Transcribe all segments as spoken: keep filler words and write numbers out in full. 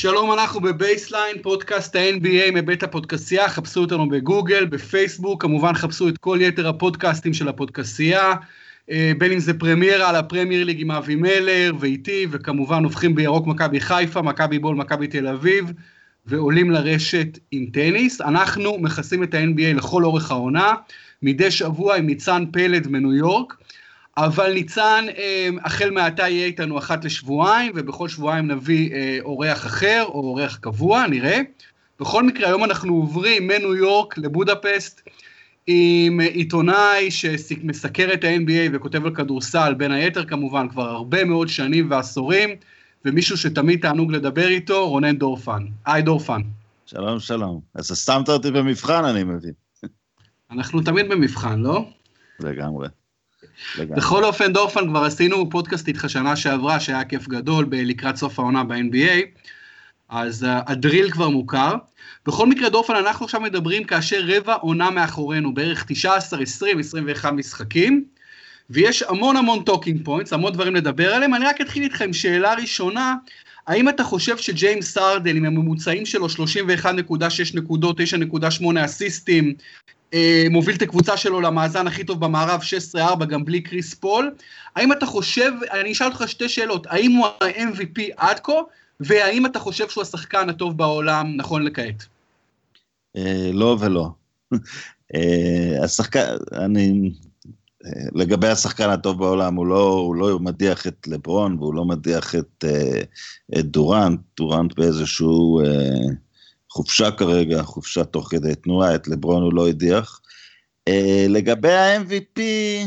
שלום, אנחנו בבייסליין, פודקאסט ה-אן בי איי מבית הפודקאסייה, חפשו אותנו בגוגל, בפייסבוק, כמובן חפשו את כל יתר הפודקאסטים של הפודקאסייה, בין אם זה פרמיירה על הפרמייר ליג עם אבי מלר ואיתי, וכמובן הופכים בירוק מכבי חיפה, מכבי בול, מכבי תל אביב, ועולים לרשת עם טניס. אנחנו מכסים את ה-אן בי איי לכל אורך העונה, מדי שבוע עם ניצן פלד מניו יורק, אבל ניצן, החל מעתה יהיה איתנו אחת לשבועיים, ובכל שבועיים נביא אורח אחר, או אורח קבוע, נראה. בכל מקרה, היום אנחנו עוברים מניו יורק לבודפסט, עם עיתונאי שמסקר את ה-אן בי איי וכותב על כדורסל, בין היתר כמובן, כבר הרבה מאוד שנים ועשורים, ומישהו שתמיד תענוג לדבר איתו, רונן דורפן. היי דורפן. שלום, שלום. אז שמת אותי במבחן, אני מבין. אנחנו תמיד במבחן, לא? לגמרי. בכל אופן, דורפן, כבר עשינו פודקאסט איתך שנה שעברה, שהיה כיף גדול לקראת סוף העונה ב-אן בי איי, אז הדריל כבר מוכר. בכל מקרה, דורפן, אנחנו עכשיו מדברים כאשר רבע עונה מאחורינו, בערך תשע עשרה, עשרים, עשרים ואחד משחקים, ויש המון המון טוקינג פוינטס, המון דברים לדבר עליהם. אני רק אתחיל איתך עם שאלה ראשונה, האם אתה חושב שג'יימס הרדן, עם הממוצעים שלו, שלושים ואחת נקודה שש נקודות, תשע נקודה שמונה אסיסטים, מוביל את הקבוצה שלו למאזן הכי טוב במערב, שש עשרה ארבע, גם בלי קריס פול, האם אתה חושב, אני אשאל אותך שתי שאלות, האם הוא ה-אם וי פי עד כה, והאם אתה חושב שהוא השחקן הטוב בעולם נכון לכעת? לא ולא. השחקן, אני, לגבי השחקן הטוב בעולם, הוא לא, הוא לא מדיח את לברון, והוא לא מדיח את, את דורנט, דורנט באיזשהו חופשה כרגע, חופשה תוך כדי תנועה, את לברון הוא לא הדיח. לגבי ה-אם וי פי,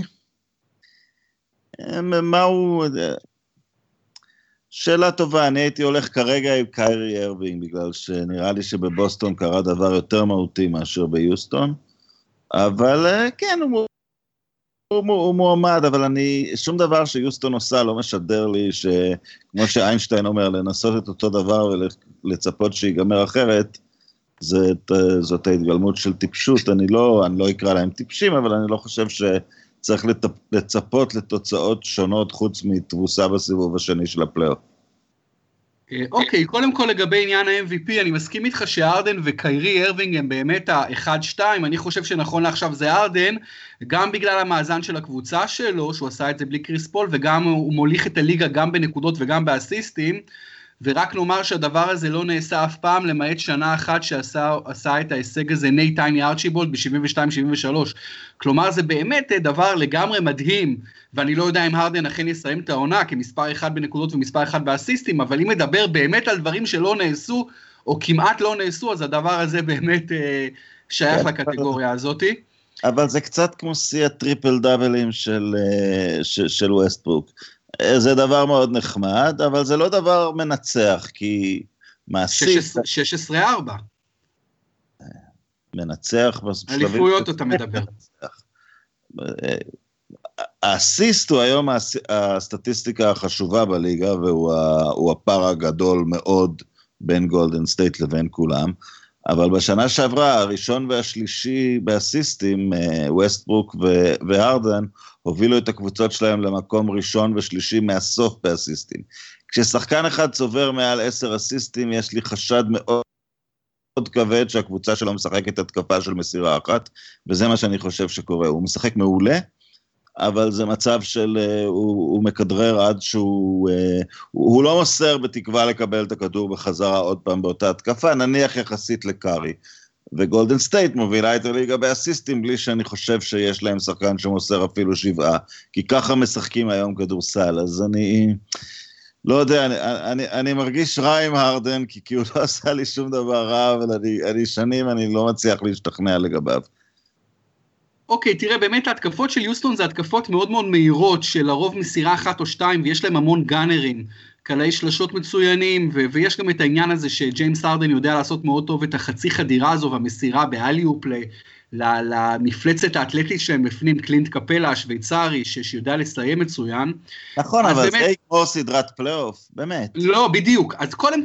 מה הוא... שאלה טובה, אני הייתי הולך כרגע עם קיירי ארווינג, בגלל שנראה לי שבבוסטון קרה דבר יותר מהותי מאשר ביוסטון, אבל כן, הוא, הוא, הוא מועמד, אבל אני, שום דבר שיוסטון עושה לא משדר לי, שכמו שאיינשטיין אומר, לנסות את אותו דבר ולצפות שיגמר אחרת, זאת, זאת ההתגלמות של טיפשות. אני לא, אני לא אקרא להם טיפשים, אבל אני לא חושב שצריך לצפות לתוצאות שונות חוץ מתבוסה בסיבוב השני של הפלייאוף. אוקיי, קודם כל לגבי עניין ה-אם וי פי, אני מסכים איתך שארדן וקיירי ארווינג הם באמת ה-אחד שתיים, אני חושב שנכון לעכשיו זה ארדן, גם בגלל המאזן של הקבוצה שלו, שהוא עשה את זה בלי קריס פול, וגם הוא מוליך את הליגה גם בנקודות וגם באסיסטים, ורק נאמר שהדבר הזה לא נעשה אף פעם, למעט שנה אחת שעשה עשה את ההישג הזה ניי טייני ארצ'יבולד ב-שבעים ושתיים שבעים ושלוש. כלומר, זה באמת דבר לגמרי מדהים, ואני לא יודע אם הרדן אכן יסיים את העונה, כמספר אחד בנקודות ומספר אחד באסיסטים, אבל אם מדבר באמת על דברים שלא נעשו, או כמעט לא נעשו, אז הדבר הזה באמת אה, שייך לקטגוריה הזאת. אבל זה קצת כמו שיא הטריפל דאבלים של, של, של ווסטברוק. זה דבר מאוד נחמד, אבל זה לא דבר מנצח, כי מעשית... שש עשרה ארבע. מנצח בשלבים... אליפויות אתה מדבר. האסיסט הוא היום הסטטיסטיקה החשובה בליגה, והוא הפער הגדול מאוד בין גולדן סטייט לבין כולם, אבל בשנה שעברה, הראשון והשלישי באסיסטים, ווסטברוק והרדן, הובילו את הקבוצות שלהם למקום ראשון ושלישי מהסוף באסיסטים. כששחקן אחד צובר מעל עשר אסיסטים, יש לי חשד מאוד מאוד כבד שהקבוצה שלו משחקת התקפה של מסירה אחת, וזה מה שאני חושב שקורה. הוא משחק מעולה, אבל זה מצב של, הוא, הוא מקדרר עד שהוא, הוא, הוא לא מוסר בתקווה לקבל את הכדור בחזרה עוד פעם באותה התקפה, נניח יחסית לקארי. וגולדן סטייט מובילה את הליגה באסיסטים, בלי שאני חושב שיש להם שחקן שמוסר אפילו שבעה, כי ככה משחקים היום כדורסל, אז אני, לא יודע, אני, אני, אני מרגיש רע עם הרדן, כי, כי הוא לא עשה לי שום דבר רע, אבל אני, אני שנים, אני לא מצליח להשתכנע לגביו. אוקיי, תראה, באמת ההתקפות של יוסטון זה התקפות מאוד מאוד מהירות, של הרוב מסירה אחת או שתיים, ויש להם המון גאנרים, קלעי שלשות מצוינים, ו- ויש גם את העניין הזה שג'יימס הרדן יודע לעשות מאוד טוב את החצי חדירה הזו, והמסירה באליו פליי, למפלצת האתלטית שהם בפנים, קלינט קפלה, השוויצרי, שיודע לסיים מצוין. נכון, אבל באמת... זה כמו סדרת פלייאוף, באמת. לא, בדיוק. אז קודם כל,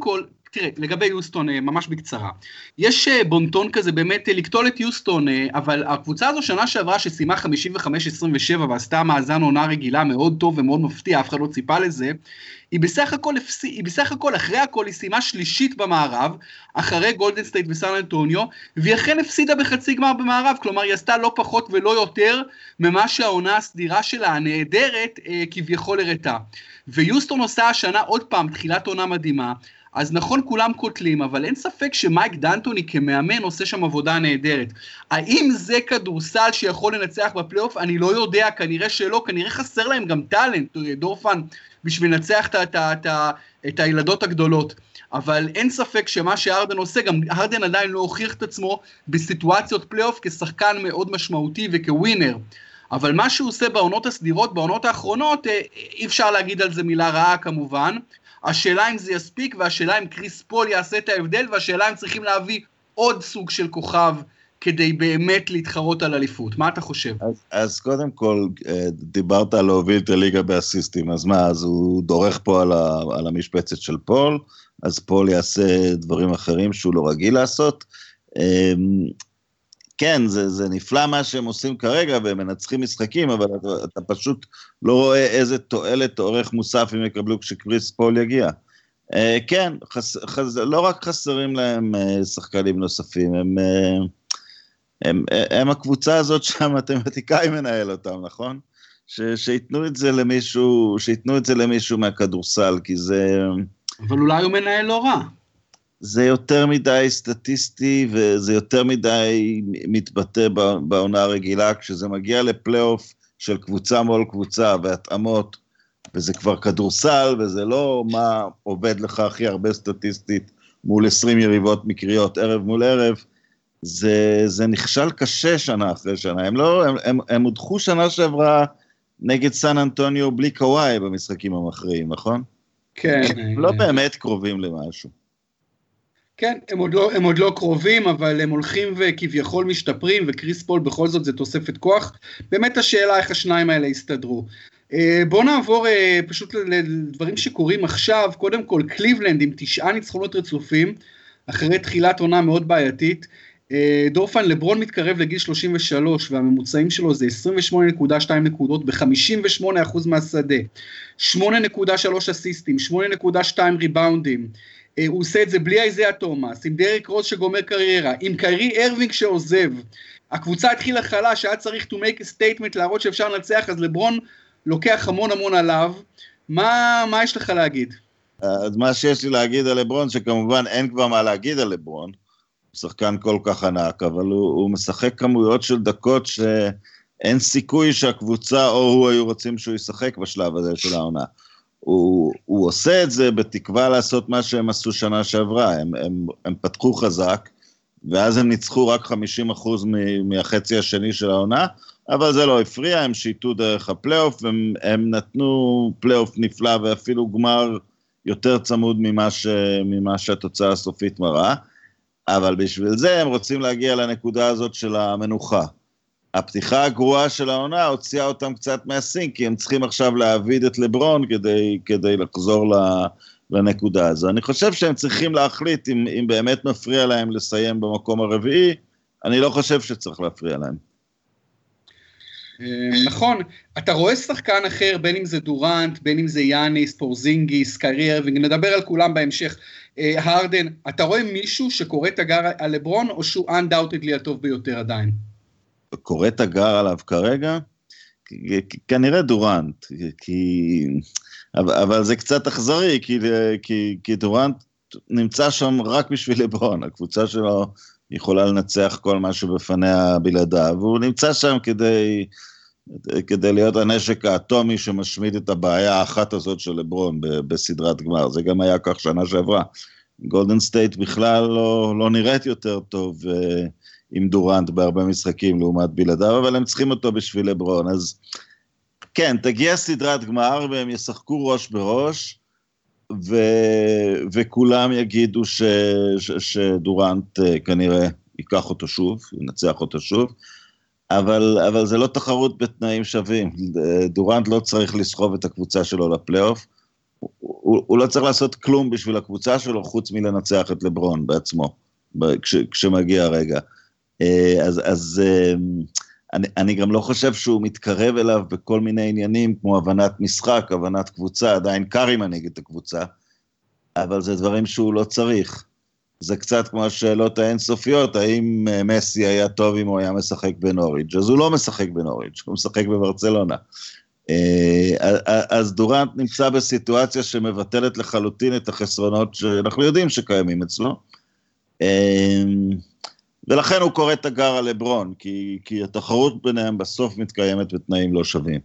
תראה, לגבי יוסטון, ממש בקצרה. יש בונטון כזה באמת לקטול את יוסטון, אבל הקבוצה הזו שנה שעברה שסיימה חמישים וחמש עשרים ושבע ועשתה מאזן עונה רגילה מאוד טוב ומאוד מפתיע, אף אחד לא ציפה לזה, היא בסך הכל, היא בסך הכל, אחרי הכל, היא סיימה שלישית במערב, אחרי גולדן סטייט וסן אנטוניו, והיא אכן הפסידה בחצי גמר במערב, כלומר היא עשתה לא פחות ולא יותר ממה שהעונה הסדירה שלה הנהדרת כביכול הראתה. ויוסטון עושה השנה עוד פעם תחילת עונה מדהימה, אז נכון כולם קוטלים, אבל אין ספק שמייק דנטוני כמאמן עושה שם עבודה נהדרת. האם זה כדורסל שיכול לנצח בפלייאוף? אני לא יודע, כנראה שלא, כנראה חסר להם גם טלנט, דורפן, בשביל לנצח את, את, את, את הילדות הגדולות. אבל אין ספק שמה שהרדן עושה, גם הרדן עדיין לא הוכיח את עצמו בסיטואציות פלייאוף כשחקן מאוד משמעותי וכווינר. אבל מה שהוא עושה בעונות הסדירות, בעונות האחרונות, אי אפשר להגיד על זה מילה רעה כמובן. השאלה אם זה יספיק, והשאלה אם קריס פול יעשה את ההבדל, והשאלה אם צריכים להביא עוד סוג של כוכב, כדי באמת להתחרות על אליפות. מה אתה חושב? אז, אז קודם כל, דיברת על להוביל את הליגה באסיסטים, אז מה, אז הוא דורך פה על, ה, על המשבצת של פול, אז פול יעשה דברים אחרים שהוא לא רגיל לעשות. כן, זה, זה נפלא מה שהם עושים כרגע, והם מנצחים משחקים, אבל אתה, אתה פשוט לא רואה איזה תועלת או ערך מוסף אם יקבלו כשקריס פול יגיע. אה, כן, חס, חס, לא רק חסרים להם אה, שחקנים נוספים, הם, אה, הם, אה, הם הקבוצה הזאת שהמתמטיקאי מנהל אותם, נכון? ש, שיתנו את זה למישהו, שיתנו את זה למישהו מהכדורסל, כי זה... אבל אולי הוא מנהל לא רע. זה יותר מדי סטטיסטי, וזה יותר מדי מתבטא בעונה הרגילה, כשזה מגיע לפלייאוף של קבוצה מול קבוצה, והתאמות, וזה כבר כדורסל, וזה לא מה עובד לך הכי הרבה סטטיסטית, מול עשרים יריבות מקריות, ערב מול ערב, זה, זה נכשל קשה שנה אחרי שנה, הם לא, הם, הם, הם הודחו שנה שעברה, נגד סן אנטוניו בלי קוואי במשחקים המכריעים, נכון? כן. הם לא באמת קרובים למשהו. כן, הם עוד, לא, הם עוד לא קרובים, אבל הם הולכים וכביכול משתפרים, וקריס פול בכל זאת זה תוספת כוח. באמת השאלה איך השניים האלה יסתדרו. בואו נעבור פשוט לדברים שקורים עכשיו. קודם כל, קליבלנד עם תשעה ניצחונות רצופים, אחרי תחילת עונה מאוד בעייתית. דורפן, לברון מתקרב לגיל שלושים ושלוש, והממוצעים שלו זה עשרים ושמונה נקודה שתיים נקודות ב-חמישים ושמונה אחוז מהשדה, שמונה נקודה שלוש אסיסטים, שמונה נקודה שתיים ריבאונדים, הוא עושה את זה בלי איזיה תומאס, עם דריק רוס שגומר קריירה, עם קיירי ארווינג שעוזב, הקבוצה התחילה חלש, שהיה צריך to make a statement להראות שאפשר לנצח, אז לברון לוקח המון המון עליו, מה, מה יש לך להגיד? אז מה שיש לי להגיד על לברון, שכמובן אין כבר מה להגיד על לברון, הוא שחקן כל כך ענק, אבל הוא, הוא משחק כמויות של דקות שאין סיכוי שהקבוצה או הוא היו רוצים שהוא ישחק בשלב הזה של העונה. הוא, הוא עושה את זה בתקווה לעשות מה שהם עשו שנה שעברה, הם, הם, הם פתחו חזק, ואז הם ניצחו רק חמישים אחוז מהחצי השני של העונה, אבל זה לא הפריע, הם שיטו דרך הפלייאוף, הם, הם נתנו פלייאוף נפלא, ואפילו גמר יותר צמוד ממה, ש, ממה שהתוצאה הסופית מראה, אבל בשביל זה הם רוצים להגיע לנקודה הזאת של המנוחה. הפתיחה הגרועה של העונה הוציאה אותם קצת מהסינק, כי הם צריכים עכשיו להעביד את לברון כדי, כדי לחזור לנקודה הזו. אני חושב שהם צריכים להחליט אם, אם באמת מפריע להם לסיים במקום הרביעי, אני לא חושב שצריך להפריע להם. נכון, אתה רואה שחקן אחר, בין אם זה דורנט, בין אם זה יאניס, פורזינגיס, קיירי ארווינג, נדבר על כולם בהמשך, הרדן, אתה רואה מישהו שקורא תגר על לברון, או שהוא undoubtedly הטוב ביותר עדיין? קורא תגר עליו כרגע? כנראה דורנט, כי... אבל זה קצת אכזרי, כי, כי, כי דורנט נמצא שם רק בשביל לברון, הקבוצה שלו יכולה לנצח כל משהו בפניה בלעדיו, והוא נמצא שם כדי, כדי להיות הנשק האטומי שמשמיד את הבעיה האחת הזאת של לברון בסדרת גמר, זה גם היה כך שנה שעברה. גולדן סטייט בכלל לא, לא נראית יותר טוב עם דורנט בהרבה משחקים לעומת בלעדיו, אבל הם צריכים אותו בשביל לברון, אז כן, תגיע סדרת גמר והם ישחקו ראש בראש, ו... וכולם יגידו ש... ש... שדורנט כנראה ייקח אותו שוב, ינצח אותו שוב, אבל, אבל זה לא תחרות בתנאים שווים, דורנט לא צריך לסחוב את הקבוצה שלו לפלייאוף, הוא, הוא, הוא לא צריך לעשות כלום בשביל הקבוצה שלו, חוץ מלנצח את לברון בעצמו, כש, כשמגיע הרגע. אז, אז אני, אני גם לא חושב שהוא מתקרב אליו בכל מיני עניינים, כמו הבנת משחק, הבנת קבוצה, עדיין קארי מנהיג את הקבוצה, אבל זה דברים שהוא לא צריך. זה קצת כמו השאלות האינסופיות, האם מסי היה טוב אם הוא היה משחק בנוריץ', אז הוא לא משחק בנוריץ', הוא משחק בברצלונה. אז דורנט נמצא בסיטואציה שמבטלת לחלוטין את החסרונות שאנחנו יודעים שקיימים אצלו, ולכן הוא קורא תגר על לברון, כי, כי התחרות ביניהם בסוף מתקיימת בתנאים לא שווים.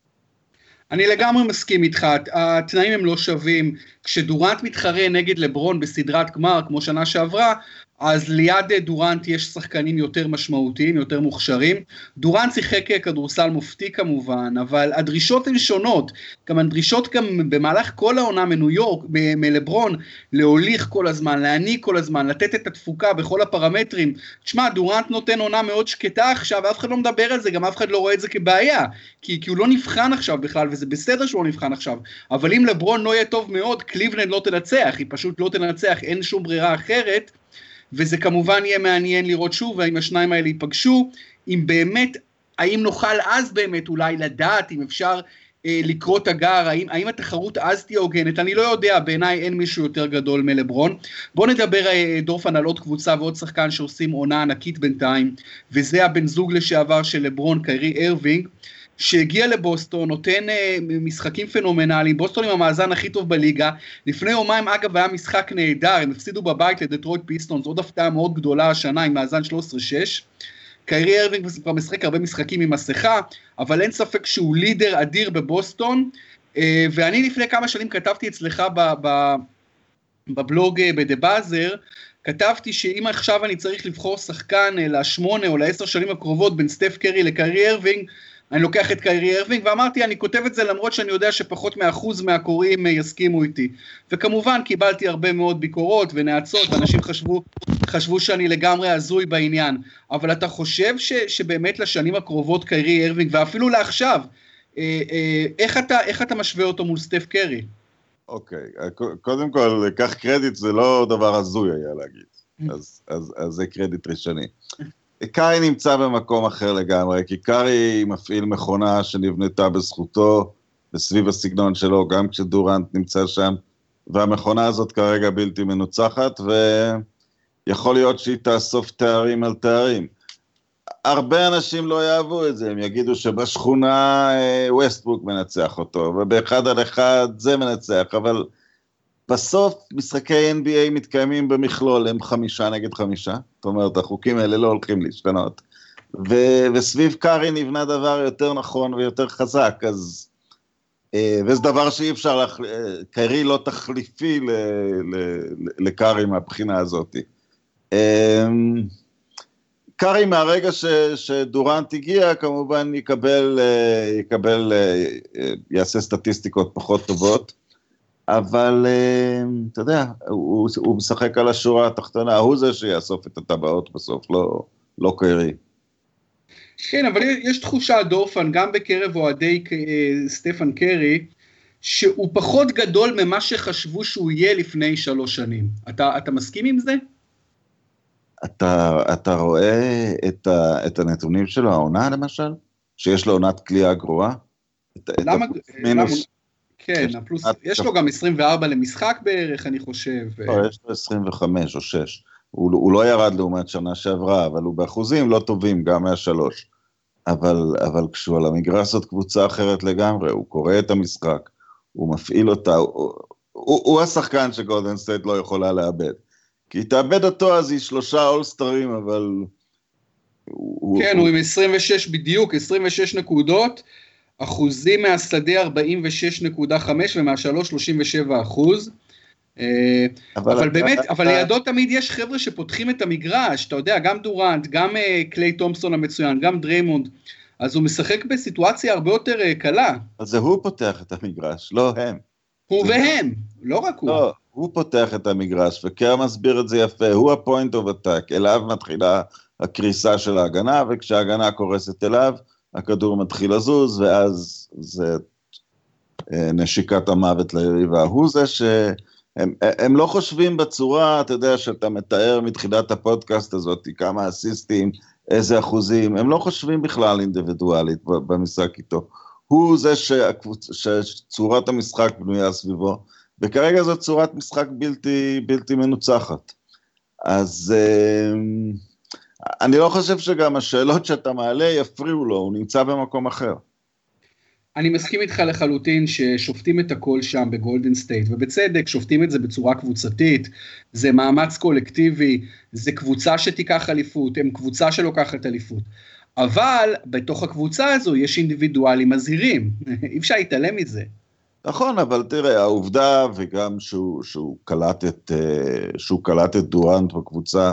אני לגמרי מסכים איתך, התנאים הם לא שווים, כשדורנט מתחרה נגד לברון בסדרת גמר, כמו שנה שעברה, אז ליד דורנט יש שחקנים יותר משמעותיים, יותר מוכשרים, דורנט שיחק כדורסל מופתי כמובן, אבל הדרישות הן שונות, גם הדרישות גם במהלך כל העונה מניו יורק, מלברון, להוליך כל הזמן, להעניק כל הזמן, לתת את התפוקה בכל הפרמטרים, תשמע, דורנט נותן עונה מאוד שקטה עכשיו, אף אחד לא מדבר על זה, גם אף אחד לא רואה את זה כבעיה, כי, כי הוא לא נבחן עכשיו בכלל, וזה בסדר שהוא לא נבחן עכשיו, אבל אם לברון לא יהיה טוב מאוד, קליבלנד לא תנצח, היא פשוט לא תנצח, אין שום ברירה אחרת, וזה כמובן יהיה מעניין לראות שוב, האם השניים האלה ייפגשו, אם באמת, האם נוכל אז באמת אולי לדעת, אם אפשר אה, לקרוא תגר, האם, האם התחרות אז תהיה הוגנת, אני לא יודע, בעיניי אין מישהו יותר גדול מלברון. בוא נדבר אה, דורפן על עוד קבוצה ועוד שחקן שעושים עונה ענקית בינתיים, וזה הבן זוג לשעבר של לברון, קיירי ארווינג, שהגיע לבוסטון, נותן uh, משחקים פנומנליים, בוסטון עם המאזן הכי טוב בליגה, לפני יומיים אגב היה משחק נהדר, הם הפסידו בבית לדטרויט פיסטונס, עוד הפתעה מאוד גדולה השנה עם מאזן שלוש עשרה שש, קיירי ארווינג כבר משחק הרבה משחקים עם מסכה, אבל אין ספק שהוא לידר אדיר בבוסטון, uh, ואני לפני כמה שנים כתבתי אצלך ב- ב- בבלוג בדה באזר, כתבתי שאם עכשיו אני צריך לבחור שחקן לשמונה או לעשר שנים הקרובות בין סטף קרי לקיירי ארווינג, אני לוקח את קיירי ארווינג, ואמרתי, אני כותב את זה למרות שאני יודע שפחות מאחוז מהקוראים יסכימו איתי. וכמובן, קיבלתי הרבה מאוד ביקורות ונעצות, ואנשים חשבו, חשבו שאני לגמרי הזוי בעניין. אבל אתה חושב ש, שבאמת לשנים הקרובות קיירי ארווינג, ואפילו לעכשיו, אה, אה, איך אתה, איך אתה משווה אותו מול סטף קרי? אוקיי, קודם כל, כך קרדיט זה לא דבר הזוי היה להגיד. אז, אז, אז זה קרדיט ראשוני. קארי נמצא במקום אחר לגמרי, כי קארי מפעיל מכונה שנבנתה בזכותו, בסביב הסגנון שלו, גם כשדורנט נמצא שם, והמכונה הזאת כרגע בלתי מנוצחת, ויכול להיות שהיא תאסוף תארים על תארים. הרבה אנשים לא יאהבו את זה, הם יגידו שבשכונה ווסטברוק מנצח אותו, ובאחד על אחד זה מנצח, אבל בסוף משחקי אן בי איי מתקיימים במכלול, הם חמישה נגד חמישה, זאת אומרת, החוקים האלה לא הולכים להשתנות, ו- וסביב קארי נבנה דבר יותר נכון ויותר חזק, אז, וזה דבר שאי אפשר, להחל... קארי לא תחליפי ל- ל- לקארי מהבחינה הזאת. קארי מהרגע ש- שדורנט הגיע, כמובן יקבל, יקבל, יעשה סטטיסטיקות פחות טובות, אבל אתה יודע, הוא, הוא משחק על השורה התחתונה, הוא זה שיאסוף את הטבעות בסוף, לא, לא קיירי. כן, אבל יש תחושה דורפן, גם בקרב אוהדי סטפן קרי, שהוא פחות גדול ממה שחשבו שהוא יהיה לפני שלוש שנים. אתה, אתה מסכים עם זה? אתה, אתה רואה את, ה, את הנתונים שלו, העונה למשל, שיש לו עונת קליעה גרועה? למה? למה? כן, הפלוס, יש לו גם עשרים וארבע למשחק בערך, אני חושב. לא, יש לו עשרים וחמש או שש. הוא, הוא לא ירד לעומת שנה שעברה, אבל הוא באחוזים לא טובים, גם מהשלוש. אבל, אבל כשהוא על המגרש זאת קבוצה אחרת לגמרי, הוא קורא את המשחק, הוא מפעיל אותה, הוא, הוא, הוא השחקן שגולדן סטייט לא יכולה לאבד. כי היא תאבד אותו, אז היא שלושה אולסטרים, אבל... כן, הוא, הוא עם עשרים ושש בדיוק, עשרים ושש נקודות, אחוזים מהשדה ארבעים ושש נקודה חמש, ומהשלוש שלושים ושבע אחוז. אבל, אבל באמת, אתה... אבל לידו תמיד יש חבר'ה שפותחים את המגרש, אתה יודע, גם דורנט, גם קליי תומפסון המצוין, גם דריימונד, אז הוא משחק בסיטואציה הרבה יותר קלה. אז זה הוא פותח את המגרש, לא הם. הוא והם, לא רק הוא. לא, הוא פותח את המגרש, וקר מסביר את זה יפה, הוא הפוינט אוף אטאק, אליו מתחילה הקריסה של ההגנה, וכשההגנה קורסת אליו, הכדור מתחיל לזוז, ואז זה נשיקת המוות ליריבה, הוא זה שהם הם לא חושבים בצורה, אתה יודע, שאתה מתאר מתחילת הפודקאסט הזאת, כמה אסיסטים, איזה אחוזים, הם לא חושבים בכלל אינדיבידואלית במשחק איתו, הוא זה שהקבוצ... שצורת המשחק בנויה סביבו, וכרגע זו צורת משחק בלתי, בלתי מנוצחת. אז אני לא חושב שגם השאלות שאתה מעלה יפריעו לו, הוא נמצא במקום אחר. אני מסכים איתך לחלוטין ששופטים את הכל שם בגולדן סטייט, ובצדק שופטים את זה בצורה קבוצתית, זה מאמץ קולקטיבי, זה קבוצה שתיקח אליפות, הם קבוצה שלוקחת אליפות, אבל בתוך הקבוצה הזו יש אינדיבידואלים מזהירים, אי אפשר להתעלם מזה. נכון, אבל תראה, העובדה וגם שהוא, שהוא קלט את, שהוא קלט את דורנט בקבוצה,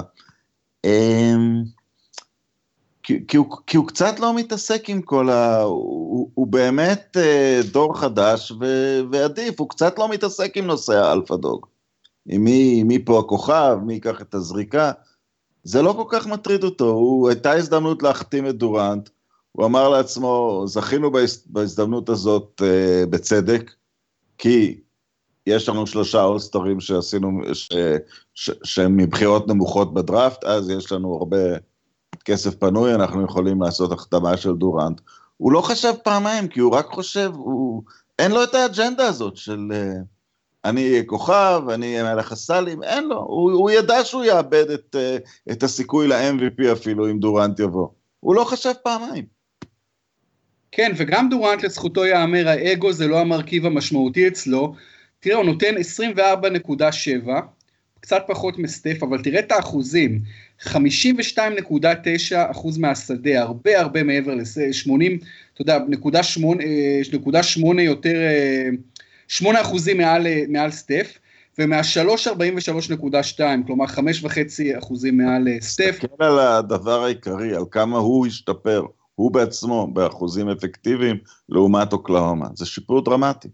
כי, כי, הוא, כי הוא קצת לא מתעסק עם כל ה... הוא, הוא באמת דור חדש ו, ועדיף, הוא קצת לא מתעסק עם נושא האלפא דוג. עם מי, מי פה הכוכב, מי ייקח את הזריקה, זה לא כל כך מטריד אותו, הוא הייתה הזדמנות להחתים את דורנט, הוא אמר לעצמו, זכינו בהזדמנות הזאת uh, בצדק, כי יש לנו שלושה אולסטרים שעשינו, ש, ש, שהם מבחירות נמוכות בדראפט, אז יש לנו הרבה כסף פנוי, אנחנו יכולים לעשות החתמה של דורנט. הוא לא חשב פעמיים, כי הוא רק חושב, הוא, אין לו את האג'נדה הזאת של uh, אני כוכב, אני מלך הסלים, אין לו, הוא, הוא ידע שהוא יאבד את, uh, את הסיכוי ל-אם וי פי אפילו, אם דורנט יבוא. הוא לא חשב פעמיים. כן, וגם דורנט לזכותו יאמר, האגו זה לא המרכיב המשמעותי אצלו, תראה, הוא נותן עשרים וארבע נקודה שבע, קצת פחות מסטף, אבל תראה את האחוזים, חמישים ושתיים נקודה תשע אחוז מהשדה, הרבה הרבה מעבר ל-שמונים, אתה יודע, נקודה שמונה, נקודה שמונה יותר, שמונה אחוזים מעל, מעל סטף, ומה-שלוש ארבעים ושלוש נקודה שתיים, כלומר חמש וחצי אחוזים מעל סטף. תסתכל על הדבר העיקרי, על כמה הוא השתפר, הוא בעצמו, באחוזים אפקטיביים, לעומת אוקלהומה. זה שיפור דרמטי.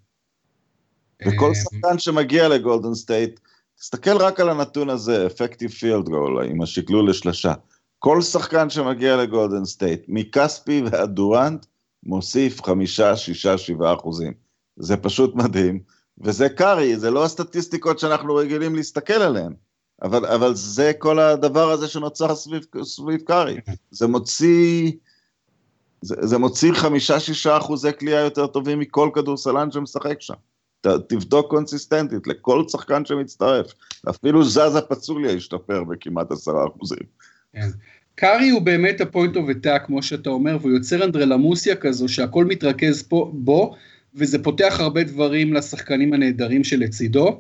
וכל שחקן שמגיע לגולדן סטייט, תסתכל רק על הנתון הזה, effective field goal, עם השקלול לשלשה. כל שחקן שמגיע לגולדן סטייט, מקספי ועד דורנט, מוסיף חמישה, שישה, שבעה אחוזים. זה פשוט מדהים, וזה קרי, זה לא הסטטיסטיקות שאנחנו רגילים להסתכל עליהן, אבל, אבל זה כל הדבר הזה שנוצר סביב, סביב קרי. זה מוציא... זה, זה מוציא חמישה, שישה אחוזי קליעה יותר טובים מכל כדורסלן שמשחק שם. ת, תבדוק קונסיסטנטית לכל שחקן שמצטרף. אפילו זזה פצוליה השתפר בכמעט עשרה אחוזים. כן. קרי הוא באמת הפוינט אוף אטאק, כמו שאתה אומר, והוא יוצר אנדרלמוסיה כזו, שהכל מתרכז פה, בו, וזה פותח הרבה דברים לשחקנים הנהדרים שלצידו,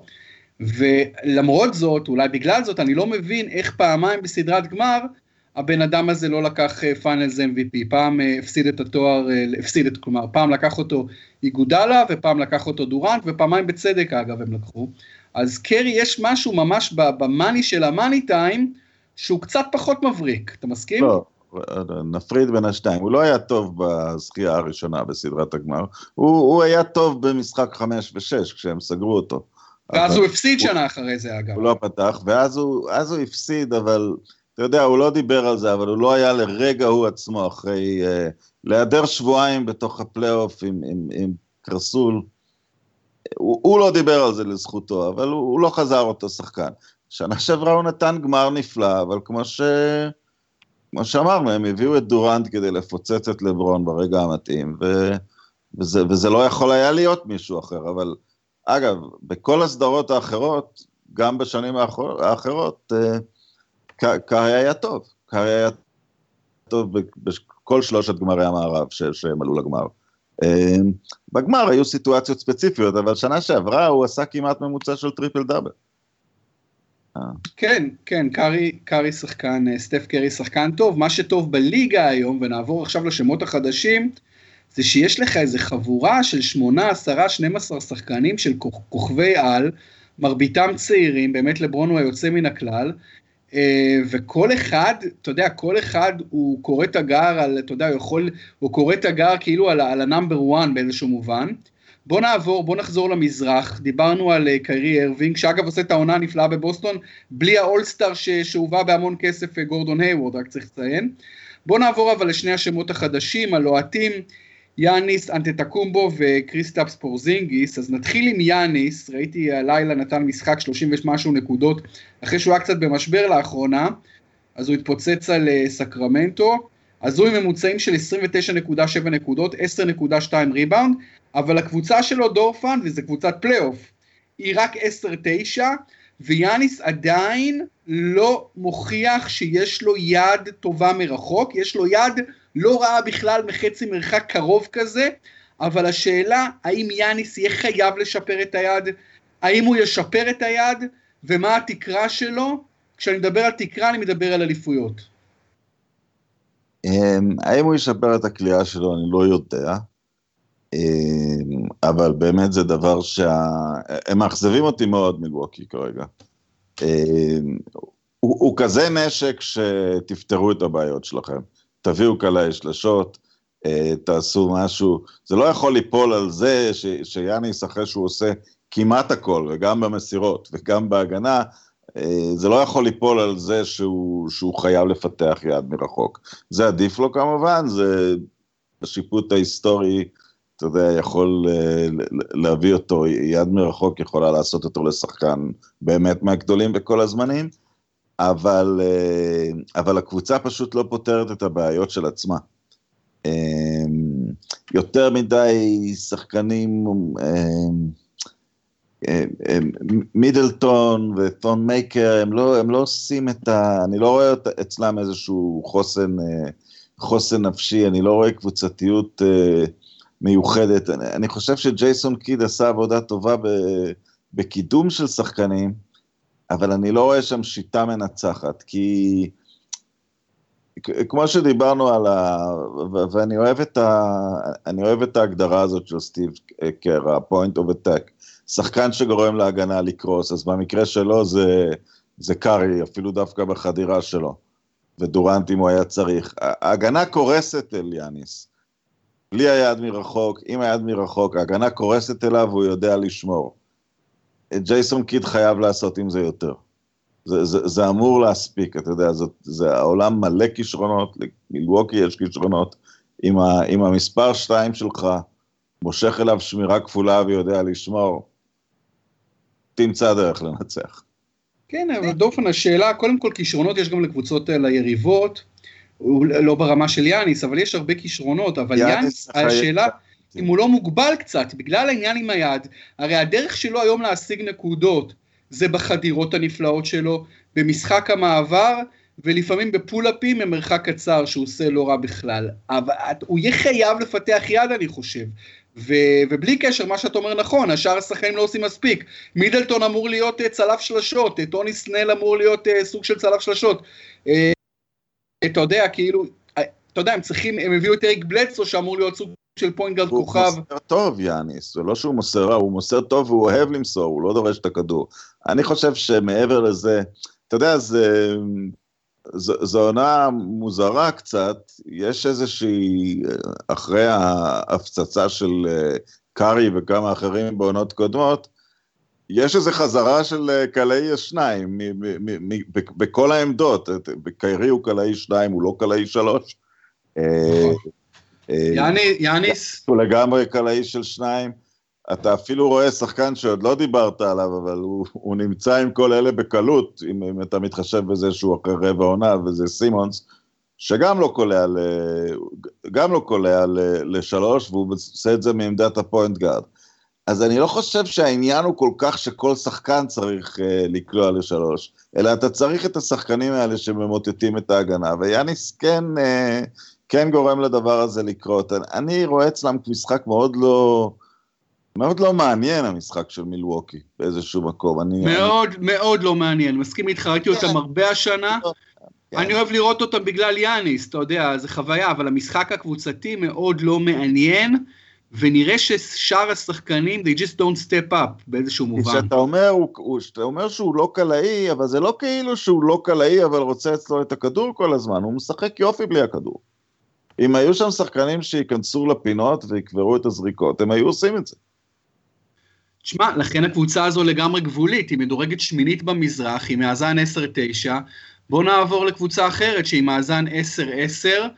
ולמרות זאת, אולי בגלל זאת, אני לא מבין איך פעמיים בסדרת גמר, הבן אדם הזה לא לקח פיינלס אם וי פי, פעם הפסיד את התואר, הפסיד את, כלומר, פעם לקח אותו איגודלה, ופעם לקח אותו דורנט, ופעמיים בצדק אגב הם לקחו, אז קרי יש משהו ממש במאני של המאני טיים, שהוא קצת פחות מבריק, אתה מסכים? לא, נפריד בין השתיים, הוא לא היה טוב בזכייה הראשונה בסדרת הגמר, הוא, הוא היה טוב במשחק חמש ושש, כשהם סגרו אותו. ואז הוא הפסיד הוא, שנה אחרי זה אגב. הוא לא פתח, ואז הוא, אז הוא הפסיד, אבל... אתה יודע, הוא לא דיבר על זה, אבל הוא לא היה לרגע הוא עצמו, אחרי uh, להיעדר שבועיים בתוך הפלייאוף עם, עם, עם קרסול, הוא, הוא לא דיבר על זה לזכותו, אבל הוא, הוא לא חזר אותו שחקן. שנה שעברה הוא נתן גמר נפלא, אבל כמו, ש... כמו שאמרנו, הם הביאו את דורנט כדי לפוצץ את לברון ברגע המתאים, ו... וזה, וזה לא יכול היה להיות מישהו אחר, אבל אגב, בכל הסדרות האחרות, גם בשנים האחר... האחרות, uh, קרי היה טוב, קרי היה טוב בכל שלושת גמרי המערב שהם עלו לגמר. בגמר היו סיטואציות ספציפיות, אבל שנה שעברה הוא עשה כמעט ממוצע של טריפל דאבל. כן, כן, קרי, קרי שחקן, סטף קרי שחקן טוב, מה שטוב בליגה היום, ונעבור עכשיו לשמות החדשים, זה שיש לך איזו חבורה של שמונה, עשרה, שנים עשר שחקנים של כוכבי על, מרביתם צעירים, באמת לברון הוא היוצא מן הכלל, וכל אחד, אתה יודע, כל אחד הוא קורא תגר על, אתה יודע, הוא יכול, הוא קורא תגר כאילו על, על הנאמבר וואן באיזשהו מובן. בוא נעבור, בוא נחזור למזרח, דיברנו על קיירי ארווינג, שאגב עושה את העונה הנפלאה בבוסטון, בלי האולסטאר שהובא בהמון כסף גורדון היוורד, רק צריך לציין. בוא נעבור אבל לשני השמות החדשים, הלוהטים, יאניס אנטטקומבו וקריסטאפס פורזינגיס. אז נתחיל עם יאניס, ראיתי הלילה נתן משחק שלושים ומשהו נקודות, אחרי שהוא היה קצת במשבר לאחרונה, אז הוא התפוצץ על סקרמנטו, אז הוא עם ממוצעים של עשרים ותשע נקודה שבע נקודות, עשר נקודה שתיים ריבאונד, אבל הקבוצה שלו דורפן, וזו קבוצת פלייאוף, היא רק עשר תשע, ויאניס עדיין לא מוכיח שיש לו יד טובה מרחוק, יש לו יד לא רעה בכלל מחצי מרחק קרוב כזה, אבל השאלה, האם יאניס יהיה חייב לשפר את היד, האם הוא ישפר את היד, ומה התקרה שלו? כשאני מדבר על תקרה, אני מדבר על אליפויות. האם הוא ישפר את הקליעה שלו, אני לא יודע, אבל באמת זה דבר שהם מאכזבים אותי מאוד מילווקי כרגע. הוא, הוא כזה נשק שתפתרו את הבעיות שלכם. תביאו קלעי שלשות, תעשו משהו. זה לא יכול ליפול על זה ש, שיאניס אחרי שהוא עושה כמעט הכל, וגם במסירות וגם בהגנה, זה לא יכול ליפול על זה שהוא, שהוא חייב לפתח יד מרחוק. זה עדיף לו כמובן, זה השיפוט ההיסטורי, אתה יודע, יכול להביא אותו, יד מרחוק יכולה לעשות אותו לשחקן באמת מהגדולים בכל הזמנים, אבל, אבל הקבוצה פשוט לא פותרת את הבעיות של עצמה. יותר מדי שחקנים, מידלטון ותון מייקר, הם לא, הם לא עושים את ה... אני לא רואה אצלם איזשהו חוסן, חוסן נפשי, אני לא רואה קבוצתיות מיוחדת. אני, אני חושב שג'ייסון קיד עשה עבודה טובה ב, בקידום של שחקנים, אבל אני לא רואה שם שיטה מנצחת, כי כמו שדיברנו על ה... ואני אוהב את ה... אני אוהב את ההגדרה הזאת של סטיב קר, ה-point of attack, שחקן שגורם להגנה לקרוס, אז במקרה שלו זה, זה קארי, אפילו דווקא בחדירה שלו, ודורנט אם הוא היה צריך. ההגנה קורסת אל יאניס, בלי היד מרחוק, עם היד מרחוק, ההגנה קורסת אליו והוא יודע לשמור. ג'ייסון קיד חייב לעשות עם זה יותר. זה, זה, זה אמור להספיק, אתה יודע, זה, זה העולם מלא כישרונות, מילווקי יש כישרונות, עם, ה, עם המספר שתיים שלך, מושך אליו שמירה כפולה ויודע לשמור, תמצא דרך לנצח. כן, אבל דופן, השאלה, קודם כל כישרונות יש גם לקבוצות ליריבות, לא ברמה של יאניס, אבל יש הרבה כישרונות, אבל יאניס, השאלה, אם הוא לא מוגבל קצת, בגלל העניין עם היד, הרי הדרך שלו היום להשיג נקודות, זה בחדירות הנפלאות שלו, במשחק המעבר, ולפעמים בפול-אפים ממרחק קצר, שהוא עושה לא רע בכלל. אבל הוא יהיה חייב לפתח יד, אני חושב. ו, ובלי קשר, מה שאת אומר נכון, השאר השחקנים לא עושים מספיק. מידלטון אמור להיות uh, צלף שלשות, טוני סנל אמור להיות uh, סוג של צלף שלשות. Uh, אתה יודע, כאילו, uh, אתה יודע, הם צריכים, הם הביאו את אריק בלדסו, שאמור להיות סוג של פוינט גארד כוכב. הוא מוסר טוב, יאניס, זה לא שהוא מוסר רע, הוא מוסר טוב והוא אוהב למסור, הוא לא דורש את הכדור. אני חושב שמעבר לזה, אתה יודע, זה... זו עונה מוזרה קצת, יש איזושהי, אחרי ההפצצה של קארי וכמה אחרים בעונות קודמות, יש איזו חזרה של קלעי השניים, בכל העמדות, בקיירי הוא קלעי שניים, הוא לא קלעי שלוש. יאניס. הוא לגמרי קלעי של שניים, אתה אפילו רואה שחקן שעוד לא דיברת עליו, אבל הוא, הוא נמצא עם כל אלה בקלות, אם, אם אתה מתחשב בזה שהוא אחרי רבע עונה, וזה סימונס, שגם לא קולע, ל, גם לא קולע ל, לשלוש, והוא עושה את זה מעמדת הפוינט גארד. אז אני לא חושב שהעניין הוא כל כך שכל שחקן צריך uh, לקלוע לשלוש, אלא אתה צריך את השחקנים האלה שממוטטים את ההגנה, ויאניס כן, uh, כן גורם לדבר הזה לקרות. אני רואה אצלם משחק מאוד לא... מאוד לא מעניין המשחק של מילווקי באיזשהו מקום. אני, מאוד אני... מאוד לא מעניין, מסכים איתך, ראיתי אותם הרבה השנה, אני אוהב לראות אותם בגלל יאניס, אתה יודע, זה חוויה, אבל המשחק הקבוצתי מאוד לא מעניין, ונראה ששאר השחקנים, they just don't step up באיזשהו מובן. כשאתה אומר, הוא, שאתה אומר שהוא לא קלעי, אבל זה לא כאילו שהוא לא קלעי, אבל רוצה אצלו את הכדור כל הזמן, הוא משחק יופי בלי הכדור. אם היו שם שחקנים שיכנסו לפינות ויקברו את הזריקות, הם היו עושים את זה. תשמע, לכן הקבוצה הזו לגמרי גבולית, היא מדורגת שמינית במזרח, היא מאזן עשר תשע, בואו נעבור לקבוצה אחרת שהיא מאזן עשר עשר,